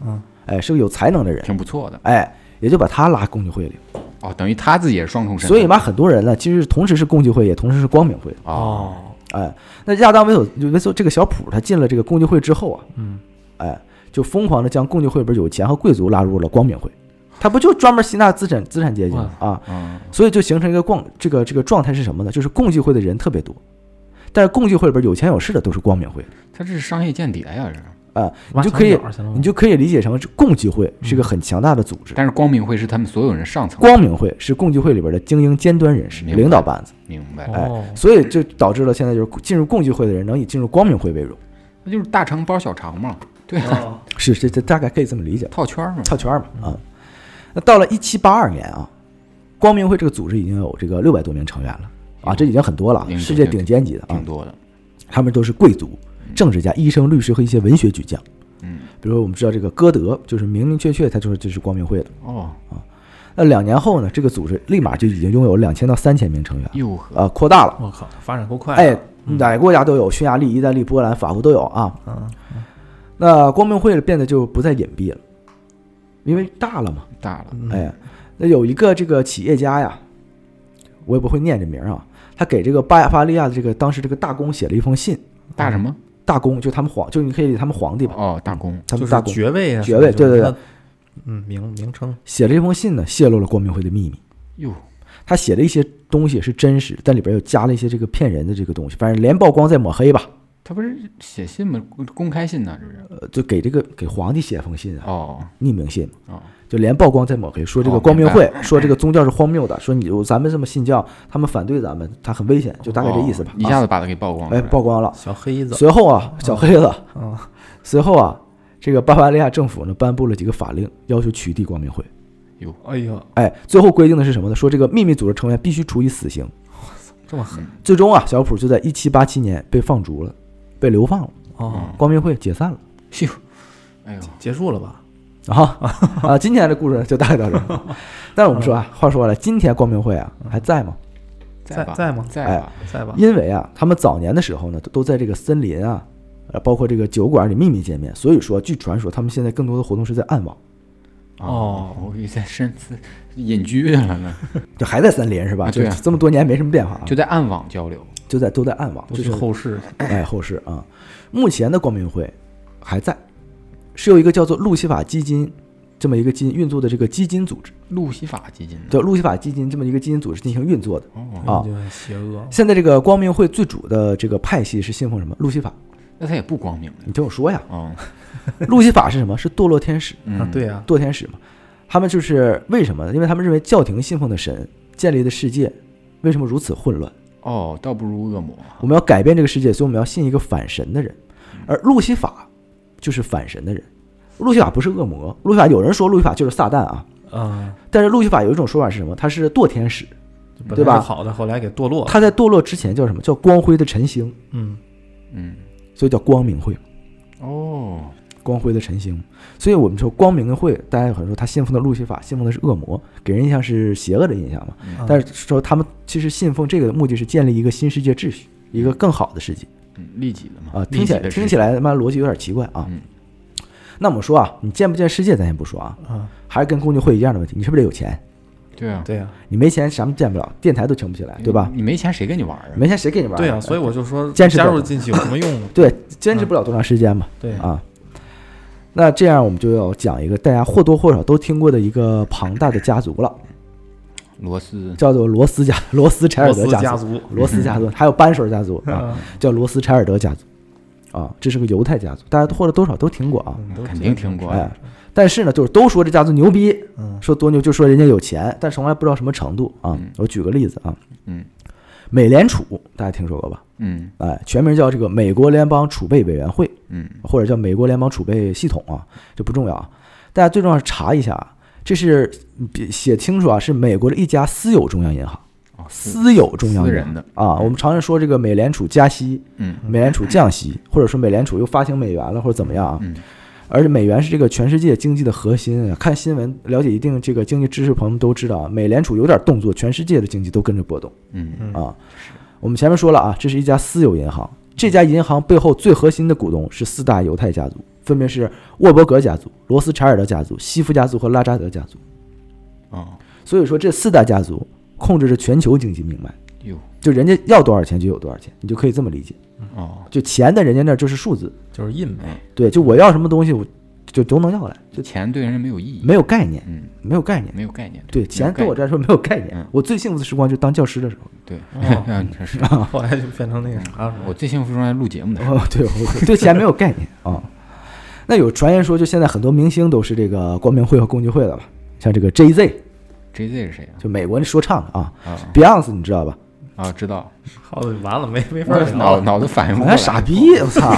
A: 哎，是个有才能的人，
B: 挺不错的，
A: 哎，也就把他拉共济会里。
B: 哦，等于他自己也是双重身份，
A: 所以嘛，很多人呢，其实同时是共济会，也同时是光明会。
B: 哦，
A: 哎，那亚当维索这个小普，他进了这个共济会之后啊，哎，就疯狂的将共济会里边有钱和贵族拉入了光明会。他不就专门吸纳资产阶级啊？所以就形成一个这个状态是什么呢？就是共济会的人特别多，但是共济会里边有钱有势的都是光明会。
B: 他这是商业间谍呀，这是。
A: 你就可以理解成共济会是个很强大的组织，
B: 但是光明会是他们所有人上层。
A: 光明会是共济会里边的精英尖端人士、领导班子。
B: 明白。
A: 哎，所以就导致了现在就是进入共济会的人能以进入光明会为荣。
B: 那就是大肠包小肠嘛。对啊，
A: 是这大概可以这么理解。
B: 套圈嘛
A: 啊。那到了1782年啊，光明会这个组织已经有这个600多名成员了啊，这已经很多了，世界顶尖级的啊，
B: 挺多的。
A: 他们都是贵族、政治家、医生、律师和一些文学巨匠。比如我们知道这个歌德，就是明明确他就是光明会的。那2年后呢，这个组织立马就已经拥有2000到3000名成员，扩大了。
D: 我靠，发展够快！
A: 哎，哪个国家都有，匈牙利、意大利、波兰、法国都有啊。那光明会变得就不再隐蔽了，因为大了嘛。哎，那有一个这个企业家呀，我也不会念这名啊，他给这个巴伐利亚的这个当时这个大公写了一封信。
B: 大什么？
A: 大公就他们就你可以理他们皇帝吧。
B: 哦，大公，
A: 他们大公
D: 爵位啊，
A: 爵位，对对对，
D: 名称。
A: 写了这封信呢，泄露了光明会的秘密。
B: 哟，
A: 他写的一些东西是真实，但里边又加了一些这个骗人的这个东西，反正连曝光再抹黑吧。
B: 他不是写信吗？公开信呢？这是
A: 就给皇帝写封信啊，匿名信就连曝光再抹黑，说这个光明会，说这个宗教是荒谬的，说咱们这么信教，他们反对咱们，他很危险，就大概这意思吧。
B: 一下子把他给曝光了。
A: 哎，曝光了，
D: 小黑子。
A: 随后啊，小黑子，随后啊，这个巴伐利亚政府呢颁布了几个法令，要求取缔光明会。哎，最后规定的是什么呢？说这个秘密组织成员必须处以死刑。
D: 这么狠。
A: 最终啊，小普就在1787年被放逐了，被流放了。光明会解散了。
B: 哎呦，
D: 结束了吧？
A: 今天的故事就大概到这儿。但是我们说啊，话说回来，今天光明会啊还在吗？
D: 在吗？
B: 在
D: 吧。
A: 因为啊，他们早年的时候呢，都在这个森林啊，包括这个酒馆里秘密见面，所以说据传说，他们现在更多的活动是在暗网。
B: 我在隐居去了呢，
A: 就还在森林是吧？就这么多年没什么变化，
B: 就在暗网交流，
A: 都在暗网，
D: 就是后世。
A: 后世啊，目前的光明会还在。是由一个叫做路西法基金这么一个运作的这个基金组织，
B: 路西法基金
A: 对，路西法基金这么一个基金组织进行运作的。
D: 就很邪恶。
A: 现在这个光明会最主的这个派系是信奉什么？路西法。
B: 那他也不光明了，
A: 你听我说呀。路西法是什么？是堕落天使。
D: 对呀，
A: 堕天使嘛。他们就是为什么呢？因为他们认为教廷信奉的神建立的世界为什么如此混乱？
B: 倒不如恶魔。
A: 我们要改变这个世界，所以我们要信一个反神的人，而路西法就是反神的人。路西法不是恶魔，路西法有人说路西法就是撒旦啊，但是路西法有一种说法是什么？他是堕天使，对吧？
D: 好的，后来给堕落了。
A: 他在堕落之前叫什么？叫光辉的晨星。所以叫光明会。光辉的晨星。所以我们说光明会，大家有很多说他信奉的路西法信奉的是恶魔，给人印象是邪恶的印象嘛。但是说他们其实信奉这个的目的是建立一个新世界秩序，一个更好的世界。
B: 利己的嘛。
A: 听起来他妈逻辑有点奇怪啊。那我们说啊，你见不见世界咱先不说啊，还是跟共济会一样的问题，你是不是得有钱？
B: 对啊，
A: 你没钱什么见不了，电台都请不起来，对吧？
B: 你没钱谁跟你玩啊？
A: 没钱谁跟你玩？
D: 对啊，所以我就说
A: 坚持
D: 加入进去有什么用？
A: 对，坚持不了多长时间嘛。
D: 对
A: 啊，那这样我们就要讲一个大家或多或少都听过的一个庞大的家族了。叫做罗斯柴尔德家族，罗斯家族，还有班水家族啊，叫罗斯柴尔德家族。这是个犹太家族，大家或者多少都听过啊，
B: 肯定听过。
A: 但是呢，就是都说这家族牛逼，说多牛，就说人家有钱，但从来不知道什么程度啊。我举个例子啊，美联储大家听说过吧？全名叫这个美国联邦储备委员会，或者叫美国联邦储备系统啊，这不重要啊。大家最重要是查一下，这是写清楚啊，是美国的一家私有中央银行。私有中央银行啊，我们常常说这个美联储加息，美联储降息，或者说美联储又发行美元了，或者怎么样啊？而且美元是这个全世界经济的核心。看新闻了解一定这个经济知识朋友们都知道啊，美联储有点动作，全世界的经济都跟着波动。我们前面说了啊，这是一家私有银行，这家银行背后最核心的股东是4大犹太家族， 分别是沃伯格家族、罗斯柴尔德家族、西夫家族和拉扎德家族。所以说这4大家族控制着全球经济命脉。就人家要多少钱就有多少钱，你就可以这么理解。就钱在人家那儿就是数字，
D: 就是印呗。
A: 对，就我要什么东西，我就都能要来。
B: 就钱对人没有意义，
A: 没有概念，没有概念，
B: 没有概念。
A: 对，钱对我来说没有概念。我最幸福的时光就是当教师的时候。
B: 对，
D: 是后来就变成那个啥。
B: 我最幸福时光录节目的时候。
A: 对，我对钱没有概念啊。那有传言说，就现在很多明星都是这个光明会和共济会的吧？像这个 Jay-Z
B: 是谁啊？
A: 就美国那说唱的啊。Beyonce 你知道吧？
B: 知道。
C: 好，完了，没法
B: 聊，脑子反应不过来。
A: 傻逼，我操！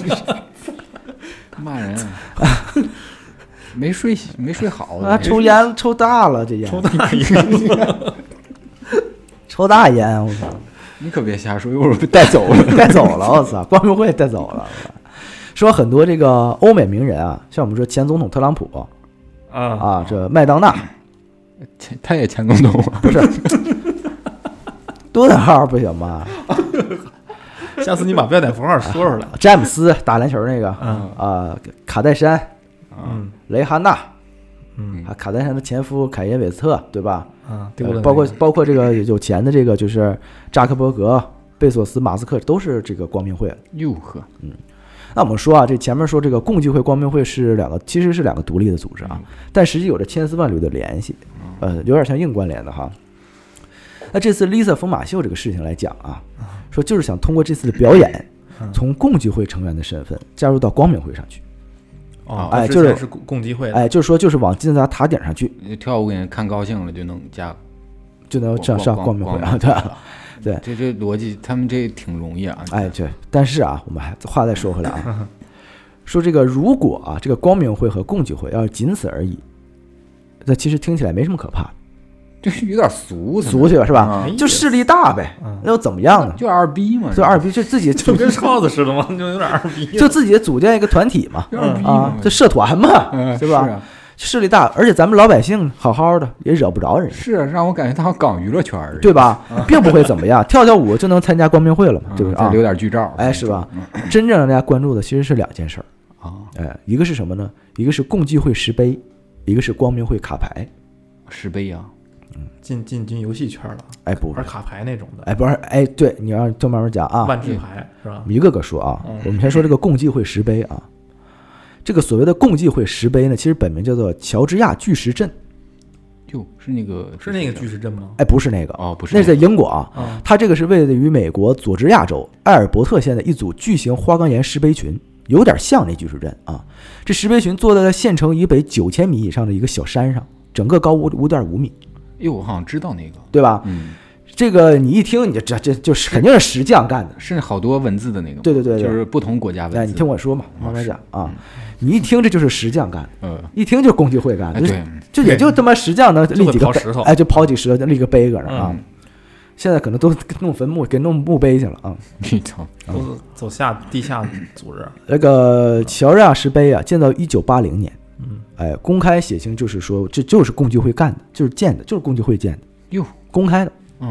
B: 骂人，没睡好
A: 啊！抽烟抽大了，这烟
C: 抽大烟，
A: 抽大烟，我操！
B: 你可别瞎说，一会儿被带走了，
A: 带走了，我操！光明会带走了。说很多这个欧美名人啊，像我们说前总统特朗普这麦当娜，
B: 他也前总统，
A: 不是？多大号不行吗？
C: 下次你把标点符号说出来。
A: 詹姆斯打篮球那个，卡戴珊，雷哈娜，卡戴珊的前夫凯耶韦斯特，对吧？包括这个有钱的这个就是扎克伯格、贝索斯、马斯克都是这个光明会。那我们说啊，这前面说这个共济会、光明会其实是两个独立的组织啊，但实际有着千丝万缕的联系，有点像硬关联的哈。那这次 Lisa 疯马秀这个事情来讲啊，说就是想通过这次的表演，从共济会成员的身份加入到光明会上去。
C: 就是共济会，
A: 就是说就是往金字塔塔顶上去
B: 跳舞给人看高兴了就能
A: 上光明会啊，对，
B: 这逻辑他们这挺容易啊。
A: 对，但是啊，我们还话再说回来啊，说这个如果啊这个光明会和共济会要是仅此而已，那其实听起来没什么可怕的。
B: 就是有点俗
A: 去了是吧？就势力大呗，那又怎么样呢？
B: 就二逼嘛，
A: 就二逼，就自己
C: 就跟耗子似的嘛，就有点二逼，
A: 就自己组建一个团体嘛，就社团嘛，是吧？势力大，而且咱们老百姓好好的也惹不着人，
B: 是让我感觉他搞娱乐圈儿，
A: 对吧？并不会怎么样，跳跳舞就能参加光明会了嘛，对不对啊？
B: 留点剧照，
A: 是吧？真正让大家关注的其实是2件事一个是什么呢？一个是共济会石碑，一个是光明会卡牌。
B: 石碑啊。
C: 进游戏圈了，
A: 不是
C: 卡牌那种的，
A: 不是，对，你要就慢慢讲啊，
C: 万智牌是吧？
A: 一个个说啊，我们先说这个共济会石碑啊，这个所谓的共济会石碑呢，其实本名叫做乔治亚巨石阵，
B: 是那个
C: 巨石阵吗？
A: 不是那个
B: 不是，
A: 那是在英国啊，它这个是位于美国佐治亚州埃尔伯特县的一组巨型花岗岩石碑群，有点像那巨石阵啊。这石碑群坐在了县城以北9000米以上的一个小山上，整个高5.5米。
B: 我好像知道那个，
A: 对吧？这个你一听你就这就是肯定是石匠干的，
B: 是好多文字的那个，
A: 对，
B: 就是不同国家文字。
A: 你听我说嘛，慢慢讲啊。你一听这就是石匠干的，一听就是共济会干的，就也就他妈石匠能立几个
C: 石头，
A: 就刨几石头立个碑搁那啊。现在可能都弄坟墓，给弄墓碑去了啊。
C: 都走地下组织。
A: 那个乔治亚石碑啊，建造1980年。公开写清就是说这就是共济会干的，就是建的，就是共济会建的，公开的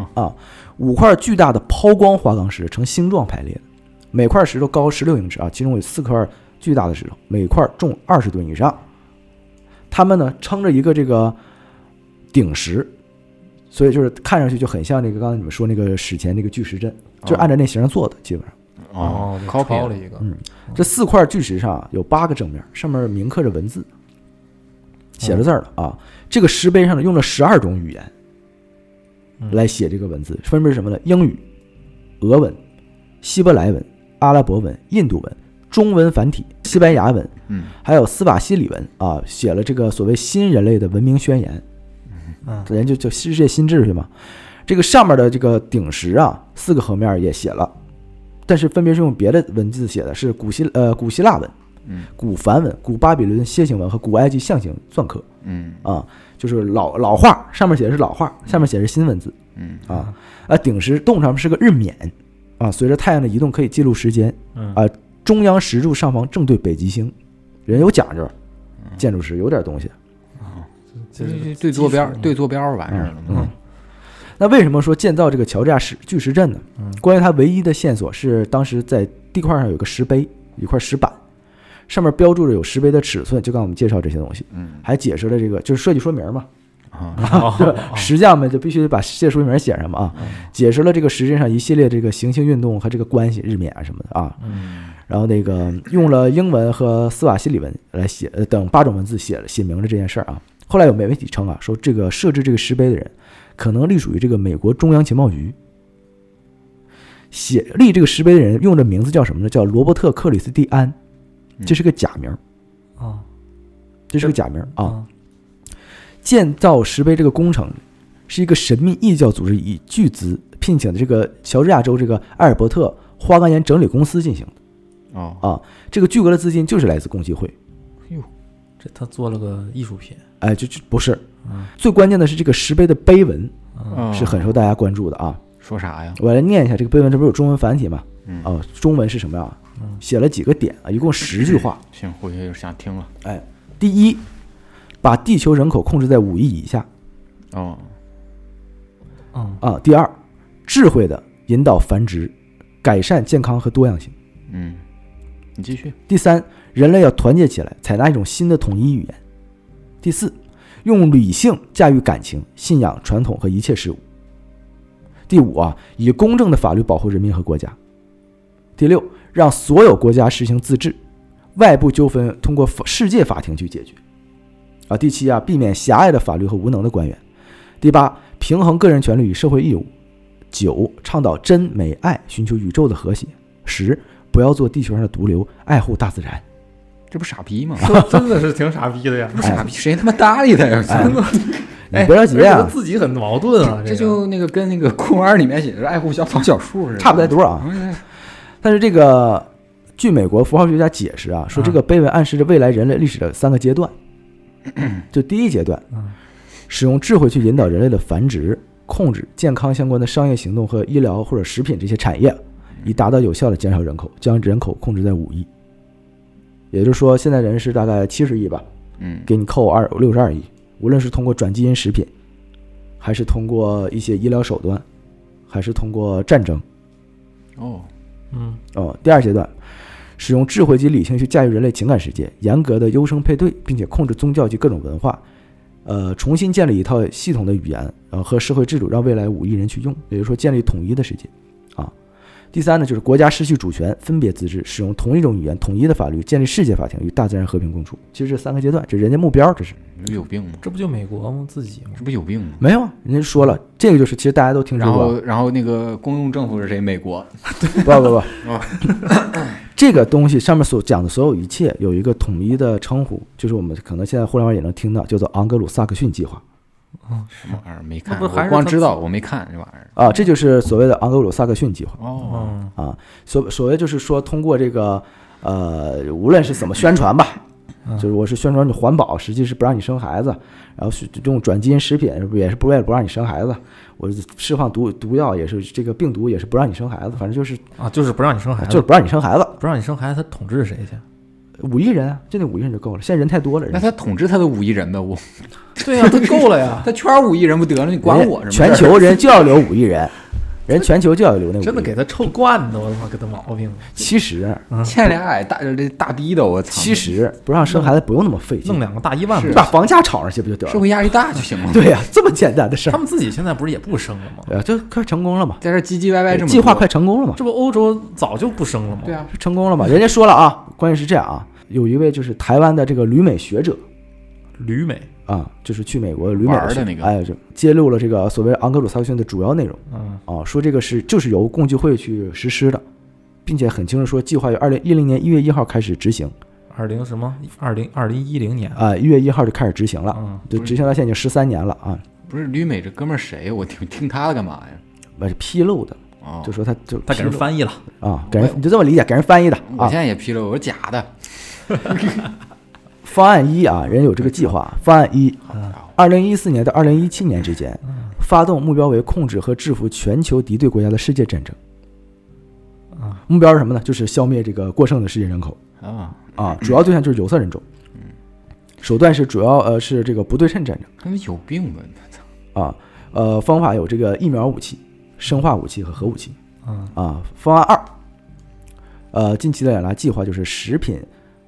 A: ，5块巨大的抛光花岗石呈星状排列的，每块石头高16英尺啊，其中有4块巨大的石头，每块重20吨以上。他们呢撑着一个这个顶石，所以就是看上去就很像那个刚才你们说那个史前那个巨石阵，就是按照那形状做的，基本上。
C: 抄了一个。
A: 这4块巨石上有8个正面，上面铭刻着文字。写了字了啊！这个石碑上呢，用了12种语言来写这个文字，分别是什么呢？英语、俄文、希伯来文、阿拉伯文、印度文、中文繁体、西班牙文，还有斯瓦希里文啊，写了这个所谓新人类的文明宣言，人就世界新秩序嘛。这个上面的这个顶石啊，4个横面也写了，但是分别是用别的文字写的，是古希腊文。古梵文、古巴比伦楔形文和古埃及象形篆刻，就是老画，上面写的是老画，下面写的是新文字，顶石洞上面是个日冕，随着太阳的移动可以记录时间，中央石柱上方正对北极星，人有讲究，建筑师有点东西，
B: 对坐标完事了。
A: 那为什么说建造这个乔治亚巨石阵呢？关于它唯一的线索是当时在地块上有个石碑，一块石板。 上面标注着有石碑的尺寸，就刚我们介绍这些东西，还解释了这个就是设计说明嘛。石匠们就必须把设计说明写上嘛啊，解释了这个石阵上一系列这个行星运动和这个关系日冕啊什么的啊，然后那个用了英文和斯瓦希里文来写等8种文字写明了这件事儿啊。后来有媒体称啊，说这个设置这个石碑的人可能隶属于这个美国中央情报局，立这个石碑的人用的名字叫什么呢？叫罗伯特·克里斯蒂安，这是个假名啊，这是个假名啊。建造石碑这个工程是一个神秘异教组织以巨资聘请的这个乔治亚州这个埃尔伯特花岗岩整理公司进行的。这个巨额的资金就是来自共济会。
D: 哟，这他做了个艺术品。
A: 哎，就不是，最关键的是这个石碑的碑文是很受大家关注的啊。
B: 说啥呀？
A: 我来念一下这个碑文，这不是有中文繁体吗？中文是什么呀？写了几个点啊，一共10句话。
B: 行，回去就想听了。
A: 哎，第一，把地球人口控制在5亿以下。第二，智慧的引导繁殖，改善健康和多样性。
B: 你继续。
A: 第三，人类要团结起来，采纳一种新的统一语言。第四，用理性驾驭感情、信仰、传统和一切事物。第五以公正的法律保护人民和国家。第六，让所有国家实行自治，外部纠纷通过世界法庭去解决。第七避免狭隘的法律和无能的官员。第八，平衡个人权利与社会义务。9，倡导真美爱，寻求宇宙的和谐。10，不要做地球上的毒瘤，爱护大自然。
B: 这不傻逼吗？
D: 真的是挺傻逼的呀！
B: 不傻逼，谁他妈搭理他呀？
A: 你不要急啊，
D: 自己很矛盾啊。
B: 这就那个跟那个公园里面写的爱护小草小树似的，
A: 差不太多啊。但是这个据美国符号学家解释说这个碑文暗示着未来人类历史的3个阶段。就第一阶段，使用智慧去引导人类的繁殖，控制健康相关的商业行动和医疗或者食品这些产业，以达到有效的减少人口，将人口控制在5亿。也就是说，现在人是大概70亿吧，给你扣62亿。无论是通过转基因食品，还是通过一些医疗手段，还是通过战争。第二阶段，使用智慧及理性去驾驭人类情感世界，严格的优生配对，并且控制宗教及各种文化，重新建立一套系统的语言和社会制度，让未来5亿人去用，也就是说建立统一的世界第三呢，就是国家失去主权，分别自治，使用同一种语言、统一的法律，建立世界法庭，与大自然和平共处。其实这3个阶段，这人家目标，这是
B: 有病吗？
D: 这不就美国吗？自己吗？
B: 这不有病吗？
A: 没有啊，人家说了，这个就是其实大家都听说过。
B: 然后那个公用政府是谁？美国？
A: 不，这个东西上面所讲的所有一切有一个统一的称呼，就是我们可能现在互联网也能听到，叫做昂格鲁萨克逊计划。
B: 什么玩意儿没看？我光知道，我没看这玩意
A: 儿这就是所谓的昂格鲁萨克逊计划。所谓就是说通过这个无论是怎么宣传吧，就是我是宣传你环保，实际是不让你生孩子，然后是这种转基因食品也是为了不让你生孩子，我释放毒药也是这个病毒也是不让你生孩子，反正就是
D: 就是不让你生孩子，
A: 就是不让你生孩子，
D: 不让你生孩子，他统治谁去
A: ？5亿人就那5亿人就够了，现在人太多了。
B: 那他统治他的5亿人呗，
D: 对呀，他够了呀，
B: 他圈5亿人不得了，你管我什么？
A: 全球人就要留5亿人，人全球就要留那5亿人。
D: 真的给他臭惯的，我他妈给他毛病。
A: 其实
B: 欠俩矮大逼的，我操！
A: 其实不让生孩子不用那么费劲，
D: 弄2个大1万，
A: 你把房价炒上去不就得了？
B: 社会压力大就行了。
A: 对呀，这么简单的事儿。
D: 他们自己现在不是也不生了吗？
A: 就快成功了嘛，
B: 在这唧唧歪歪这么
A: 计划快成功了嘛？
D: 这不欧洲早就不生了吗？
B: 对啊，
A: 成功了嘛？人家说了关键是这样有一位就是台湾的这个旅美学者，
D: 旅美
A: 就是去美国旅美
B: 的那个，
A: 就揭露了这个所谓昂格鲁萨克逊的主要内容。说这个就是由共济会去实施的，并且很清楚说计划于2010年1月1号开始执行。
D: 2010年
A: 1月1号就开始执行了，就执行到现在已经13年了
B: 不是旅美这哥们儿谁？我听他干嘛呀？
A: 是披露的。就说他
D: 给人翻译了
A: 给人你就这么理解，给人翻译的。
B: 我现在也披露，我说假的。
A: 方案1人有这个计划。方案1，2014年到2017年之间，发动目标为控制和制服全球敌对国家的世界战争。目标是什么呢？就是消灭这个过剩的世界人口。主要对象就是有色人种。手段是主要是这个不对称战争。
B: 他们有病吧？
A: 方法有这个疫苗武器、生化武器和核武器。方案2，近期的2大计划就是食品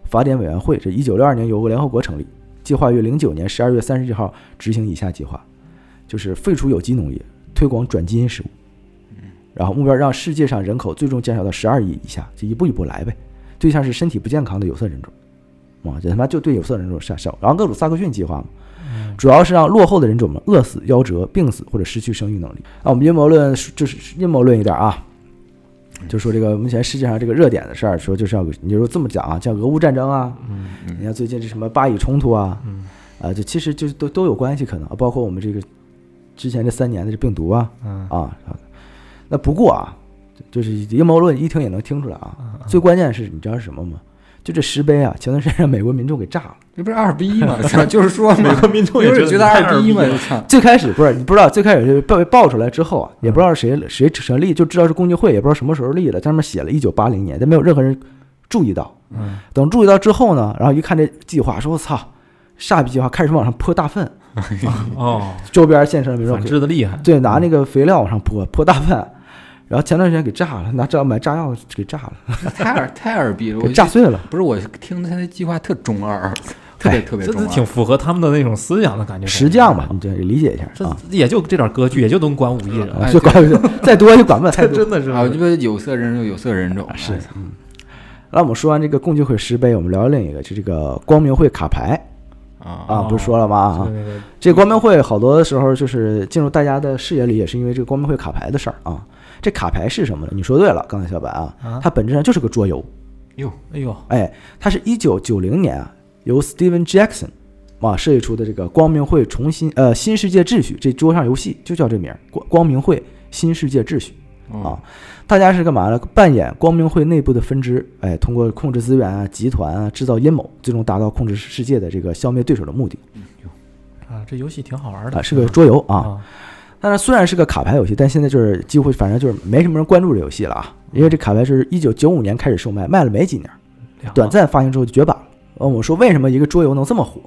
A: 法典委员会，这1962年由联合国成立，计划于09年12月31号执行以下计划，就是废除有机农业，推广转基因食物，然后目标让世界上人口最终减少到12亿以下，就一步一步来呗。对象是身体不健康的有色人种，这他妈就对有色人种上。然后格鲁萨克逊计划嘛，主要是让落后的人种们饿死、夭折、病死或者失去生育能力。我们阴谋论就是阴谋论一点啊，就说这个目前世界上这个热点的事儿，说就是要你就说这么讲啊，像俄乌战争啊，你看最近这什么巴以冲突啊，就其实就是都有关系，可能包括我们这个之前这3年的这病毒啊，那不过啊，就是阴谋论一听也能听出来啊，最关键的是你知道是什么吗？就这石碑啊，前段时间让美国民众给炸了，
B: 这不是2:1吗？就是说
C: 美国民众也
B: 觉得2:1吗？
A: 最开始不是你不知道，最开始被爆出来之后啊，也不知道谁成立，就知道是共济会，也不知道什么时候立的，上面写了1980年，但没有任何人注意到。等注意到之后呢，然后一看这计划，说我操，下一笔计划开始往上泼大粪，周边县城的民众
D: 反制的厉害，
A: 对，拿那个肥料往上泼大粪。然后前段时间给炸了，买炸药给炸了，
B: 太二逼了，
A: 给炸碎了。
B: 不是我听他那计划特中二，特别中二，
D: 这挺符合他们的那种思想的感觉。
A: 石匠嘛，你这理解一下
D: 啊。也就这点格局，也就能管5亿人，
A: 就管再多就管不了太多。
D: 真的是
B: 啊，这个有色人种有色人种
A: 是。那我们说完这个共济会石碑，我们聊另一个，就这个光明会卡牌不是说了吗？这光明会好多时候就是进入大家的视野里，也是因为这个光明会卡牌的事儿啊。这卡牌是什么呢？你说对了，刚才小白它本质上就是个桌游。它是1990年由 Steven Jackson 设计出的这个光明会新世界秩序，这桌上游戏就叫这名光明会新世界秩序大家是干嘛呢？扮演光明会内部的分支，通过控制资源集团制造阴谋，最终达到控制世界的这个消灭对手的目的。
D: 这游戏挺好玩的，
A: 是个桌游但是虽然是个卡牌游戏，但现在就是几乎反正就是没什么人关注这游戏了因为这卡牌是1995年开始售卖，卖了没几年，短暂发行之后就绝版了。我说为什么一个桌游能这么火？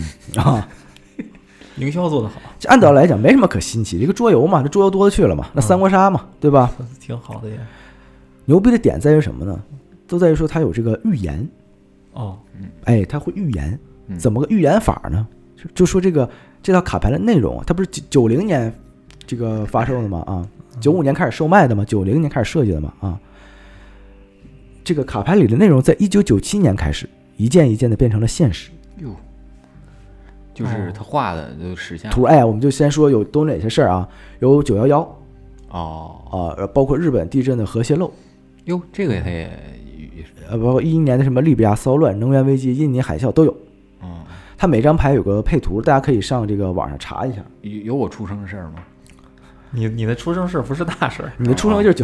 D: 营销做得好。
A: 这按道理来讲没什么可新奇，这个桌游嘛，这桌游多了去了嘛，那三国杀嘛，对吧？
D: 挺好的也。
A: 牛逼的点在于什么呢？都在于说它有这个预言。它会预言，怎么个预言法呢？就说这套卡牌的内容，它不是90年这个发售的吗？95年开始售卖的嘛，90年开始设计的嘛这个卡牌里的内容在1997年开始一件一件的变成了现实。
B: 就是他画的都实现了
A: 图。我们就先说都哪些事儿有911包括日本地震的核泄漏。
B: 这个他也
A: 包括11年的什么利比亚骚乱、能源危机、印尼海啸都有。它每张牌有个配图，大家可以上这个网上查一下。
B: 有我出生的事儿吗？
D: 你的出生事不是大事儿，
A: 你的出生就是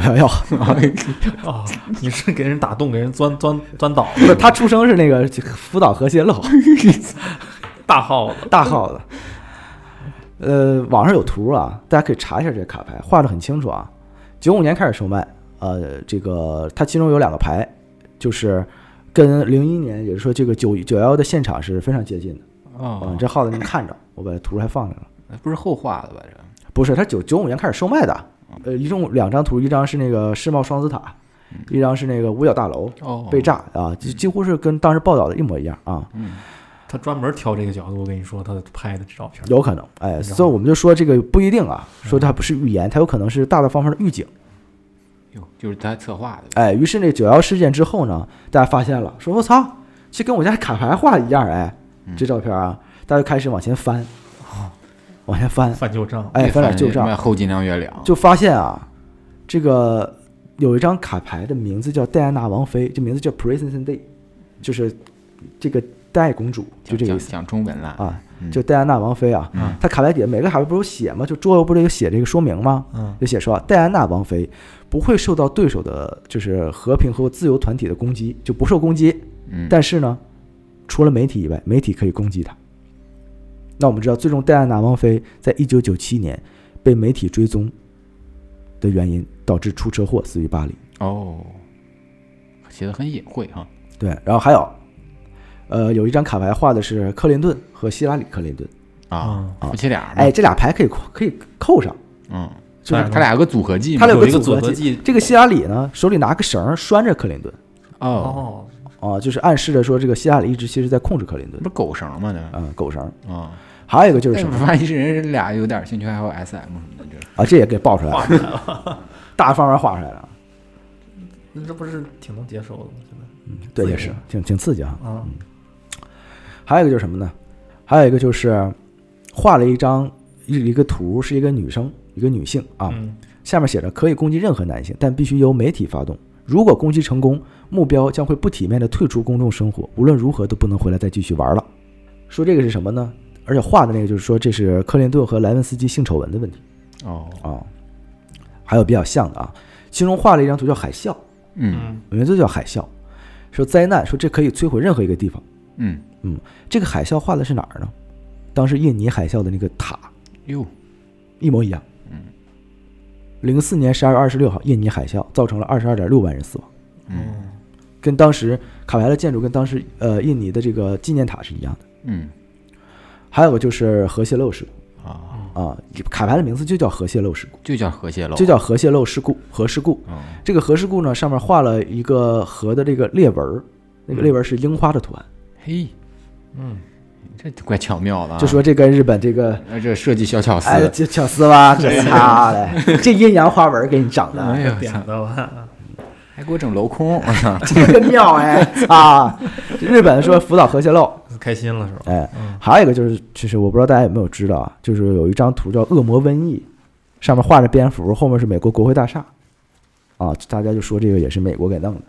A: 911。
D: 你是给人打洞，给人钻倒。
A: 不是，他出生是那个福岛核泄漏。
D: 大耗子。
A: 网上有图大家可以查一下这个卡牌，画得很清楚95年开始售卖，这个它其中有2个牌，就是跟01年，也就是说这个911的现场是非常接近的。这耗子能看着，我把图还放来了。
B: 不是后画的吧？这
A: 不是，它95年开始售卖的。一共2张图，一张是那个世贸双子塔，一张是那个五角大楼被炸几乎是跟当时报道的一模一样
D: 他专门挑这个角度，我跟你说，他拍的照片
A: 有可能，所以我们就说这个不一定说它不是预言，它有可能是大大方方的预警。
B: 就是他策划的。
A: 于是那911事件之后呢，大家发现了，说我操，这跟我家卡牌画的一样，这照片大家就开始往前翻，
D: 翻旧账，
A: 翻点旧账，
B: 后脊梁月亮，
A: 就发现这个有一张卡牌的名字叫戴安娜王妃，这名字叫 Princess Day， 就是这个戴公主，就这个意思。
B: 讲中文了
A: 就戴安娜王妃她卡牌底下每个卡牌不是有写吗？就桌游不是有写这个说明吗？就写说戴安娜王妃不会受到对手的就是和平和自由团体的攻击，就不受攻击。但是呢，除了媒体以外，媒体可以攻击她。那我们知道，最终戴安娜王妃在1997年被媒体追踪的原因，导致出车祸死于巴黎。
B: 写得很隐晦
A: 对，然后还有一张卡牌画的是克林顿和希拉里克林顿
B: 夫妻俩。
A: 这俩牌可以扣上。
B: 就是他俩有个组合技，
A: 他俩有个组合技。这个希拉里呢，手里拿个绳拴着克林顿。 啊，就是暗示着说这个希拉里一直其实在控制克林顿。
B: 不是狗绳吗？这
A: 狗绳
B: 啊。
A: 还有一个就是什么？
B: 发现人俩有点兴趣爱好 SM 什么的，
A: 啊，这也给爆出来了，大方面画出来了。
D: 这不是挺能接受的吗？现在，
A: 对，也是挺刺激啊。还有一个就是什么呢？还有一个就是画了一个图，是一个女生，一个女性啊，下面写着可以攻击任何男性，但必须由媒体发动。如果攻击成功，目标将会不体面的退出公众生活，无论如何都不能回来再继续玩了。说这个是什么呢？而且画的那个就是说这是克林顿和莱文斯基性丑闻的问题。还有比较像的啊，其中画了一张图叫海啸。名字叫海啸，说灾难，说这可以摧毁任何一个地方。这个海啸画的是哪儿呢？当时印尼海啸的那个塔，一模一样。04年12月26号，印尼海啸造成了22.6万人死亡。跟当时卡牌的建筑跟当时印尼的这个纪念塔是一样的。还有个就是核泄漏事故。卡牌的名字就叫核泄漏事故，
B: 就叫核泄
A: 漏事故，核事故。这个核事故呢，上面画了一个核的这个裂纹，那个裂纹是樱花的图案。
B: 嘿，这怪巧妙的啊！
A: 就说这跟日本这个
B: 这设计小巧思，
A: 这巧思吧，这擦嘞，这阴阳花纹给你整的，
B: 哎呀，
D: 点的吧。
B: 还给我整镂空，
A: 这个妙哎！啊，日本说福岛核泄漏，
D: 开心了是吧？
A: 哎，还有一个就是我不知道大家有没有知道啊，就是有一张图叫恶魔瘟疫，上面画着蝙蝠，后面是美国国会大厦，啊，大家就说这个也是美国给弄的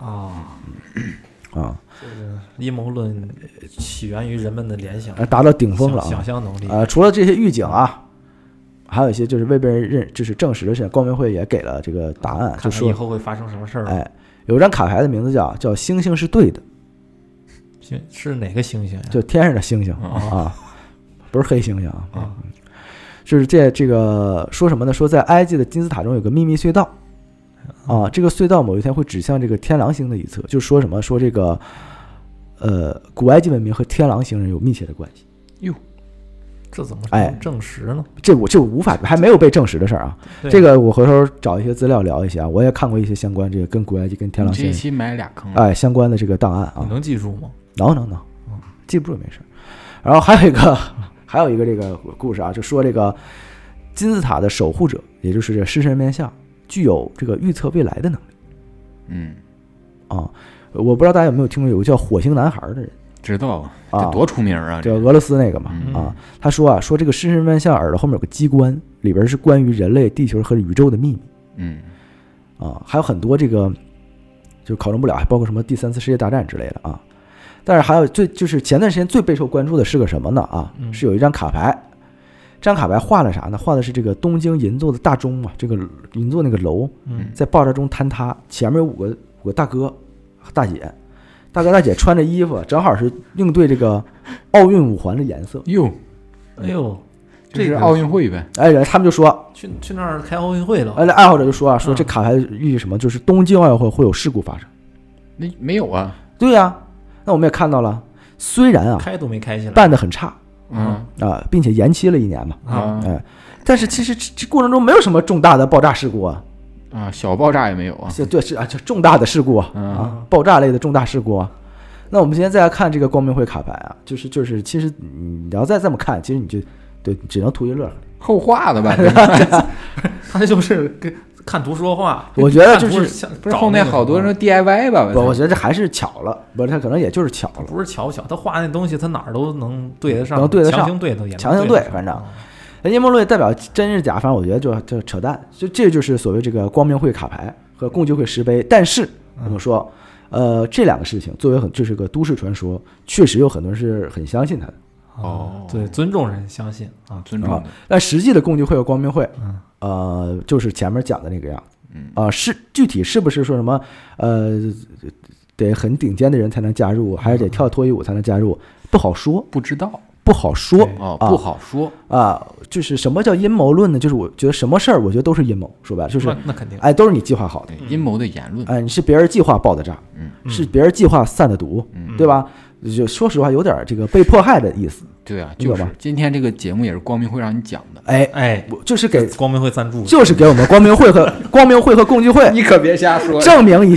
D: 这个阴谋论起源于人们的联想，
A: 达到顶峰了，
D: 想象能力。
A: 除了这些预警啊。还有一些就是未被人就是证实的事情，光明会也给了这个答案，就说
D: 以后会发生什么事儿。
A: 哎，有张卡牌的名字叫星星是对的，
D: 是哪个星星呀？
A: 就天上的星星啊，不是黑猩猩啊。就是这个说什么呢？说在埃及的金字塔中有个秘密隧道啊，这个隧道某一天会指向这个天狼星的一侧，就说什么说这个古埃及文明和天狼星人有密切的关系。
D: 这怎么证实呢？
A: 这我无法，还没有被证实的事儿啊。这个我回头找一些资料聊一下，我也看过一些相关这个跟古埃及跟天狼星
B: 这期埋俩坑，
A: 相关的这个档案啊。
D: 你能记住吗？
A: 能，记不住也没事。然后还有一个这个故事啊，就说这个金字塔的守护者，也就是这狮身面像，具有这个预测未来的能力。我不知道大家有没有听过有个叫火星男孩的人。
B: 知道这多出名啊！
A: 这俄罗斯那个嘛他说说这个狮身面像耳朵后面有个机关，里边是关于人类、地球和宇宙的秘密。还有很多这个就考证不了，还包括什么第3次世界大战之类的啊。但是还有就是前段时间最备受关注的是个什么呢？是有一张卡牌，这张卡牌画了啥呢？画的是这个东京银座的大钟嘛，这个银座那个楼在爆炸中坍塌，前面有五个大哥大姐。大哥大姐穿着衣服，正好是应对这个奥运5环的颜色。
B: 这是奥运会呗？
A: 他们就说
D: 去那儿开奥运会了。
A: 爱好者就说说这卡牌寓意什么？就是东京奥运会会有事故发生。
B: 没有啊？
A: 对呀，那我们也看到了，虽然
D: 开都没开起来，
A: 办得很差，并且延期了1年嘛，但是其实这过程中没有什么重大的爆炸事故啊。
B: 小爆炸也没有啊？
A: 对，是就重大的事故爆炸类的重大事故啊。那我们今天再来看这个光明会卡牌啊，就是其实你要再这么看，其实你就对只能图一乐。
B: 后话的吧？
D: 他就是看图说话。
A: 我觉得就是
B: 不是后面好多人 DIY 吧？
A: 我觉得这还是巧了，不是他可能也就是巧了，
D: 不是巧，他画那东西他哪儿都能对得上，
A: 能对得上，
D: 强
A: 行对，反正。阴谋论代表真是假，反正我觉得就扯淡，这就是所谓这个光明会卡牌和共济会石碑。但是我们说，这两个事情作为就是个都市传说，确实有很多人是很相信它的。
D: 对，尊重人相信
B: 尊重。
A: 但实际的共济会和光明会，就是前面讲的那个样子。是具体是不是说什么得很顶尖的人才能加入，还是得跳脱衣舞才能加入，不好说，
B: 不知道。
A: 不好说
B: 不好说
A: 就是什么叫阴谋论呢？就是我觉得什么事儿，我觉得都是阴谋。说白了就是
D: 那肯定，
A: 都是你计划好的
B: 阴谋的言论。
A: 你是别人计划爆的炸，是别人计划散的毒，对吧？就说实话，有点这个被迫害的意思。
B: 对啊，就是今天这个节目也是光明会让你讲的。
A: 就是给
D: 光明会赞助，
A: 就是给我们光明会和共济会，
B: 你可别瞎说，
A: 证明一下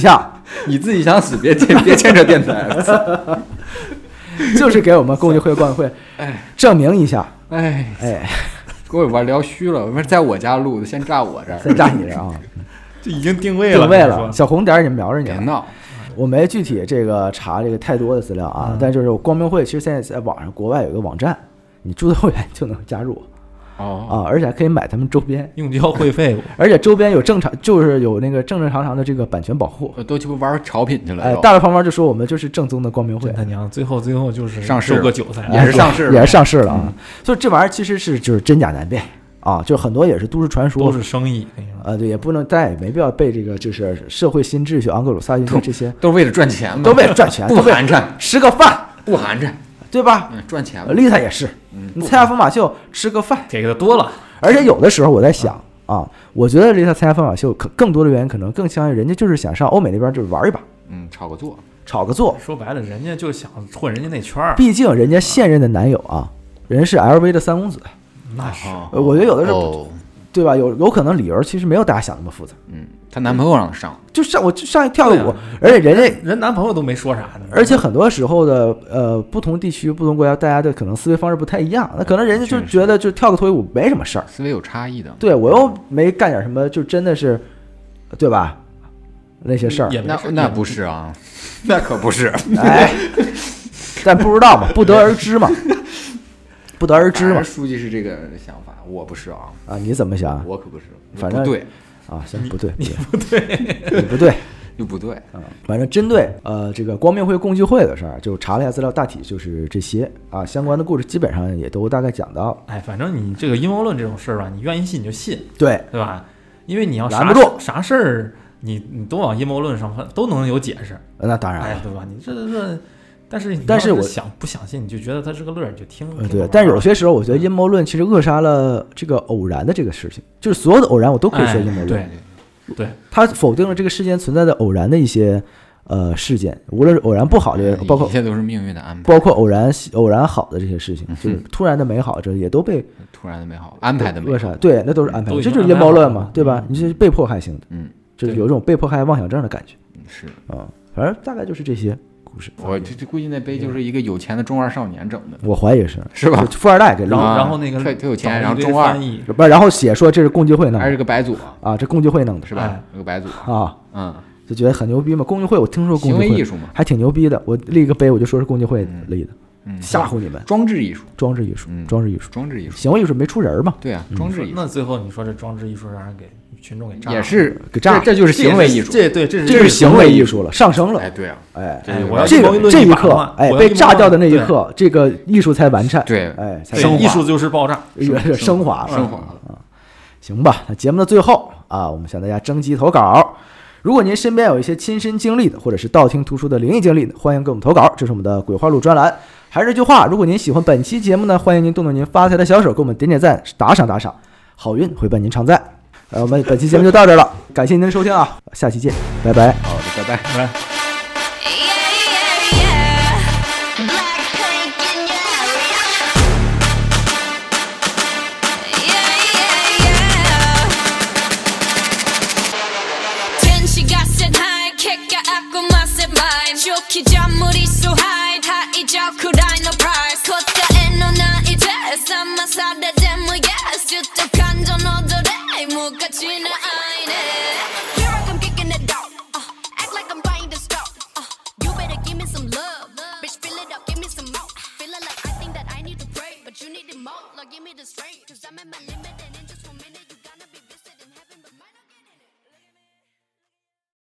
B: 你自己想死别牵扯电台。
A: 就是给我们共济会观会证明一下。
B: 哎，给我玩聊虚了，我说在我家录的，先炸我这儿，
A: 先炸你这儿啊！
C: 就已经定位了，
A: 小红点已经瞄着你了。
B: 别闹，
A: 我没具体这个查这个太多的资料啊，但就是光明会其实现在在网上国外有一个网站，你注册会员就能加入。而且还可以买他们周边，
D: 用交会费，
A: 而且周边有就是有那个正常的这个版权保护，
B: 都去玩潮品去了。
A: 大大方方就说我们就是正宗的光明会。
D: 他娘，最后就是
B: 上市
D: 收割韭菜，
B: 也是上市了
A: 啊。所以这玩意儿其实就是真假难辨啊，就很多也是都市传说，
D: 都是生意。
A: 对，也不能再也没必要被这个就是社会新秩序、盎格鲁撒运动这些
B: 都是为了赚钱嘛，
A: 都为了赚钱，
B: 不寒碜，
A: 吃个饭
B: 不寒碜，
A: 对吧？
B: 赚钱了。
A: 丽塔也是，你参加疯马秀吃个饭，
D: 给的多了。
A: 而且有的时候我在想啊，我觉得丽塔参加疯马秀更多的原因可能更像人家就是想上欧美那边就是玩一把，
B: 炒个座。
A: 说
D: 白了，人家就想混人家那圈儿。
A: 毕竟人家现任的男友啊，人是 LV 的三公子。
D: 那是，
A: 我觉得有的时候，对吧？有可能理由其实没有大家想那么复杂。
B: 她男朋友让她上，
A: 我就上去跳个舞，而且人
D: 男朋友都没说啥呢。
A: 而且很多时候的不同地区、不同国家，大家的可能思维方式不太一样。那可能人家就觉得就跳个脱衣舞没什么事儿，
B: 思维有差异的。
A: 对我又没干点什么，就真的是，对吧？那些事儿，
B: 那不是啊，那可不是。
A: 但不知道嘛，不得而知嘛。不得而知嘛。
B: 书记是这个想法，我不是啊。
A: 你怎么想？
B: 我可不是，
A: 反正
B: 不对
A: 行，不对，
D: 你不对，
A: 你不对，
B: 又不对。
A: 反正针对这个光明会共济会的事儿，就查了一下资料，大体就是这些啊，相关的故事基本上也都大概讲到。
D: 反正你这个阴谋论这种事儿吧，你愿意信你就信，
A: 对
D: 吧？因为你要
A: 拦不住
D: 啥事儿，你都往阴谋论上都能有解释。
A: 那当然，
D: 对吧？你这。但是我不相信，你就觉得它是个乐儿，你就听。
A: 对，但是有些时候，我觉得阴谋论其实扼杀了这个偶然的这个事情，就是所有的偶然我都可以说阴谋论。
D: 对，
A: 它否定了这个世间存在的偶然的一些事件，无论是偶然不好的，包括
B: 一切都是命运的安排，
A: 包括偶然好的这些事情，就是突然的美好，这也都被
B: 突然的美好安排的
A: 扼杀。对，那都是安排，这就是阴谋论嘛，对吧？你这是被迫害性的，就是有这种被迫害妄想症的感觉。
B: 是
A: 反正大概就是这些。
B: 我这估计那碑就是一个有钱的中二少年整的，
A: 我怀疑是
B: 吧？
A: 富二代给
D: 然后那个
B: 特有钱，然后中二，
A: 不，然后写说这是共济会弄的，
B: 还是个白组
A: 啊，这共济会弄的
B: 是吧？有个白组
A: 啊，就觉得很牛逼嘛。共济会我听说共济会
B: 行为艺术嘛，
A: 还挺牛逼的。我立个碑，我就说是共济会立的，吓唬你们。
B: 装置艺术，
A: 行为艺术没出人嘛？
B: 对啊，装置艺术。
D: 那最后你说这装置艺术让人给群众给炸了，
B: 也是
A: 给炸，
B: 这就是行为艺术。
D: 这
A: 是行为艺术了，上升了。
B: 对啊，
A: 这一刻，被炸掉的那一刻，这个艺术才完善。
B: 对，
D: 艺术就是爆炸，
A: 升华了啊。行吧，那节目的最后啊，我们向大家征集投稿。如果您身边有一些亲身经历的，或者是道听途说的灵异经历的，欢迎给我们投稿。这是我们的鬼话录专栏。还是这句话，如果您喜欢本期节目呢，欢迎您动动您发财的小手，给我们点赞，打赏，好运会伴您常在。我们本期节目就到这儿了，感谢您的收听啊，下期见，拜拜。
B: 好的，拜拜。
E: 天使が世代結果悪魔狭い蒸気じゃ無理そう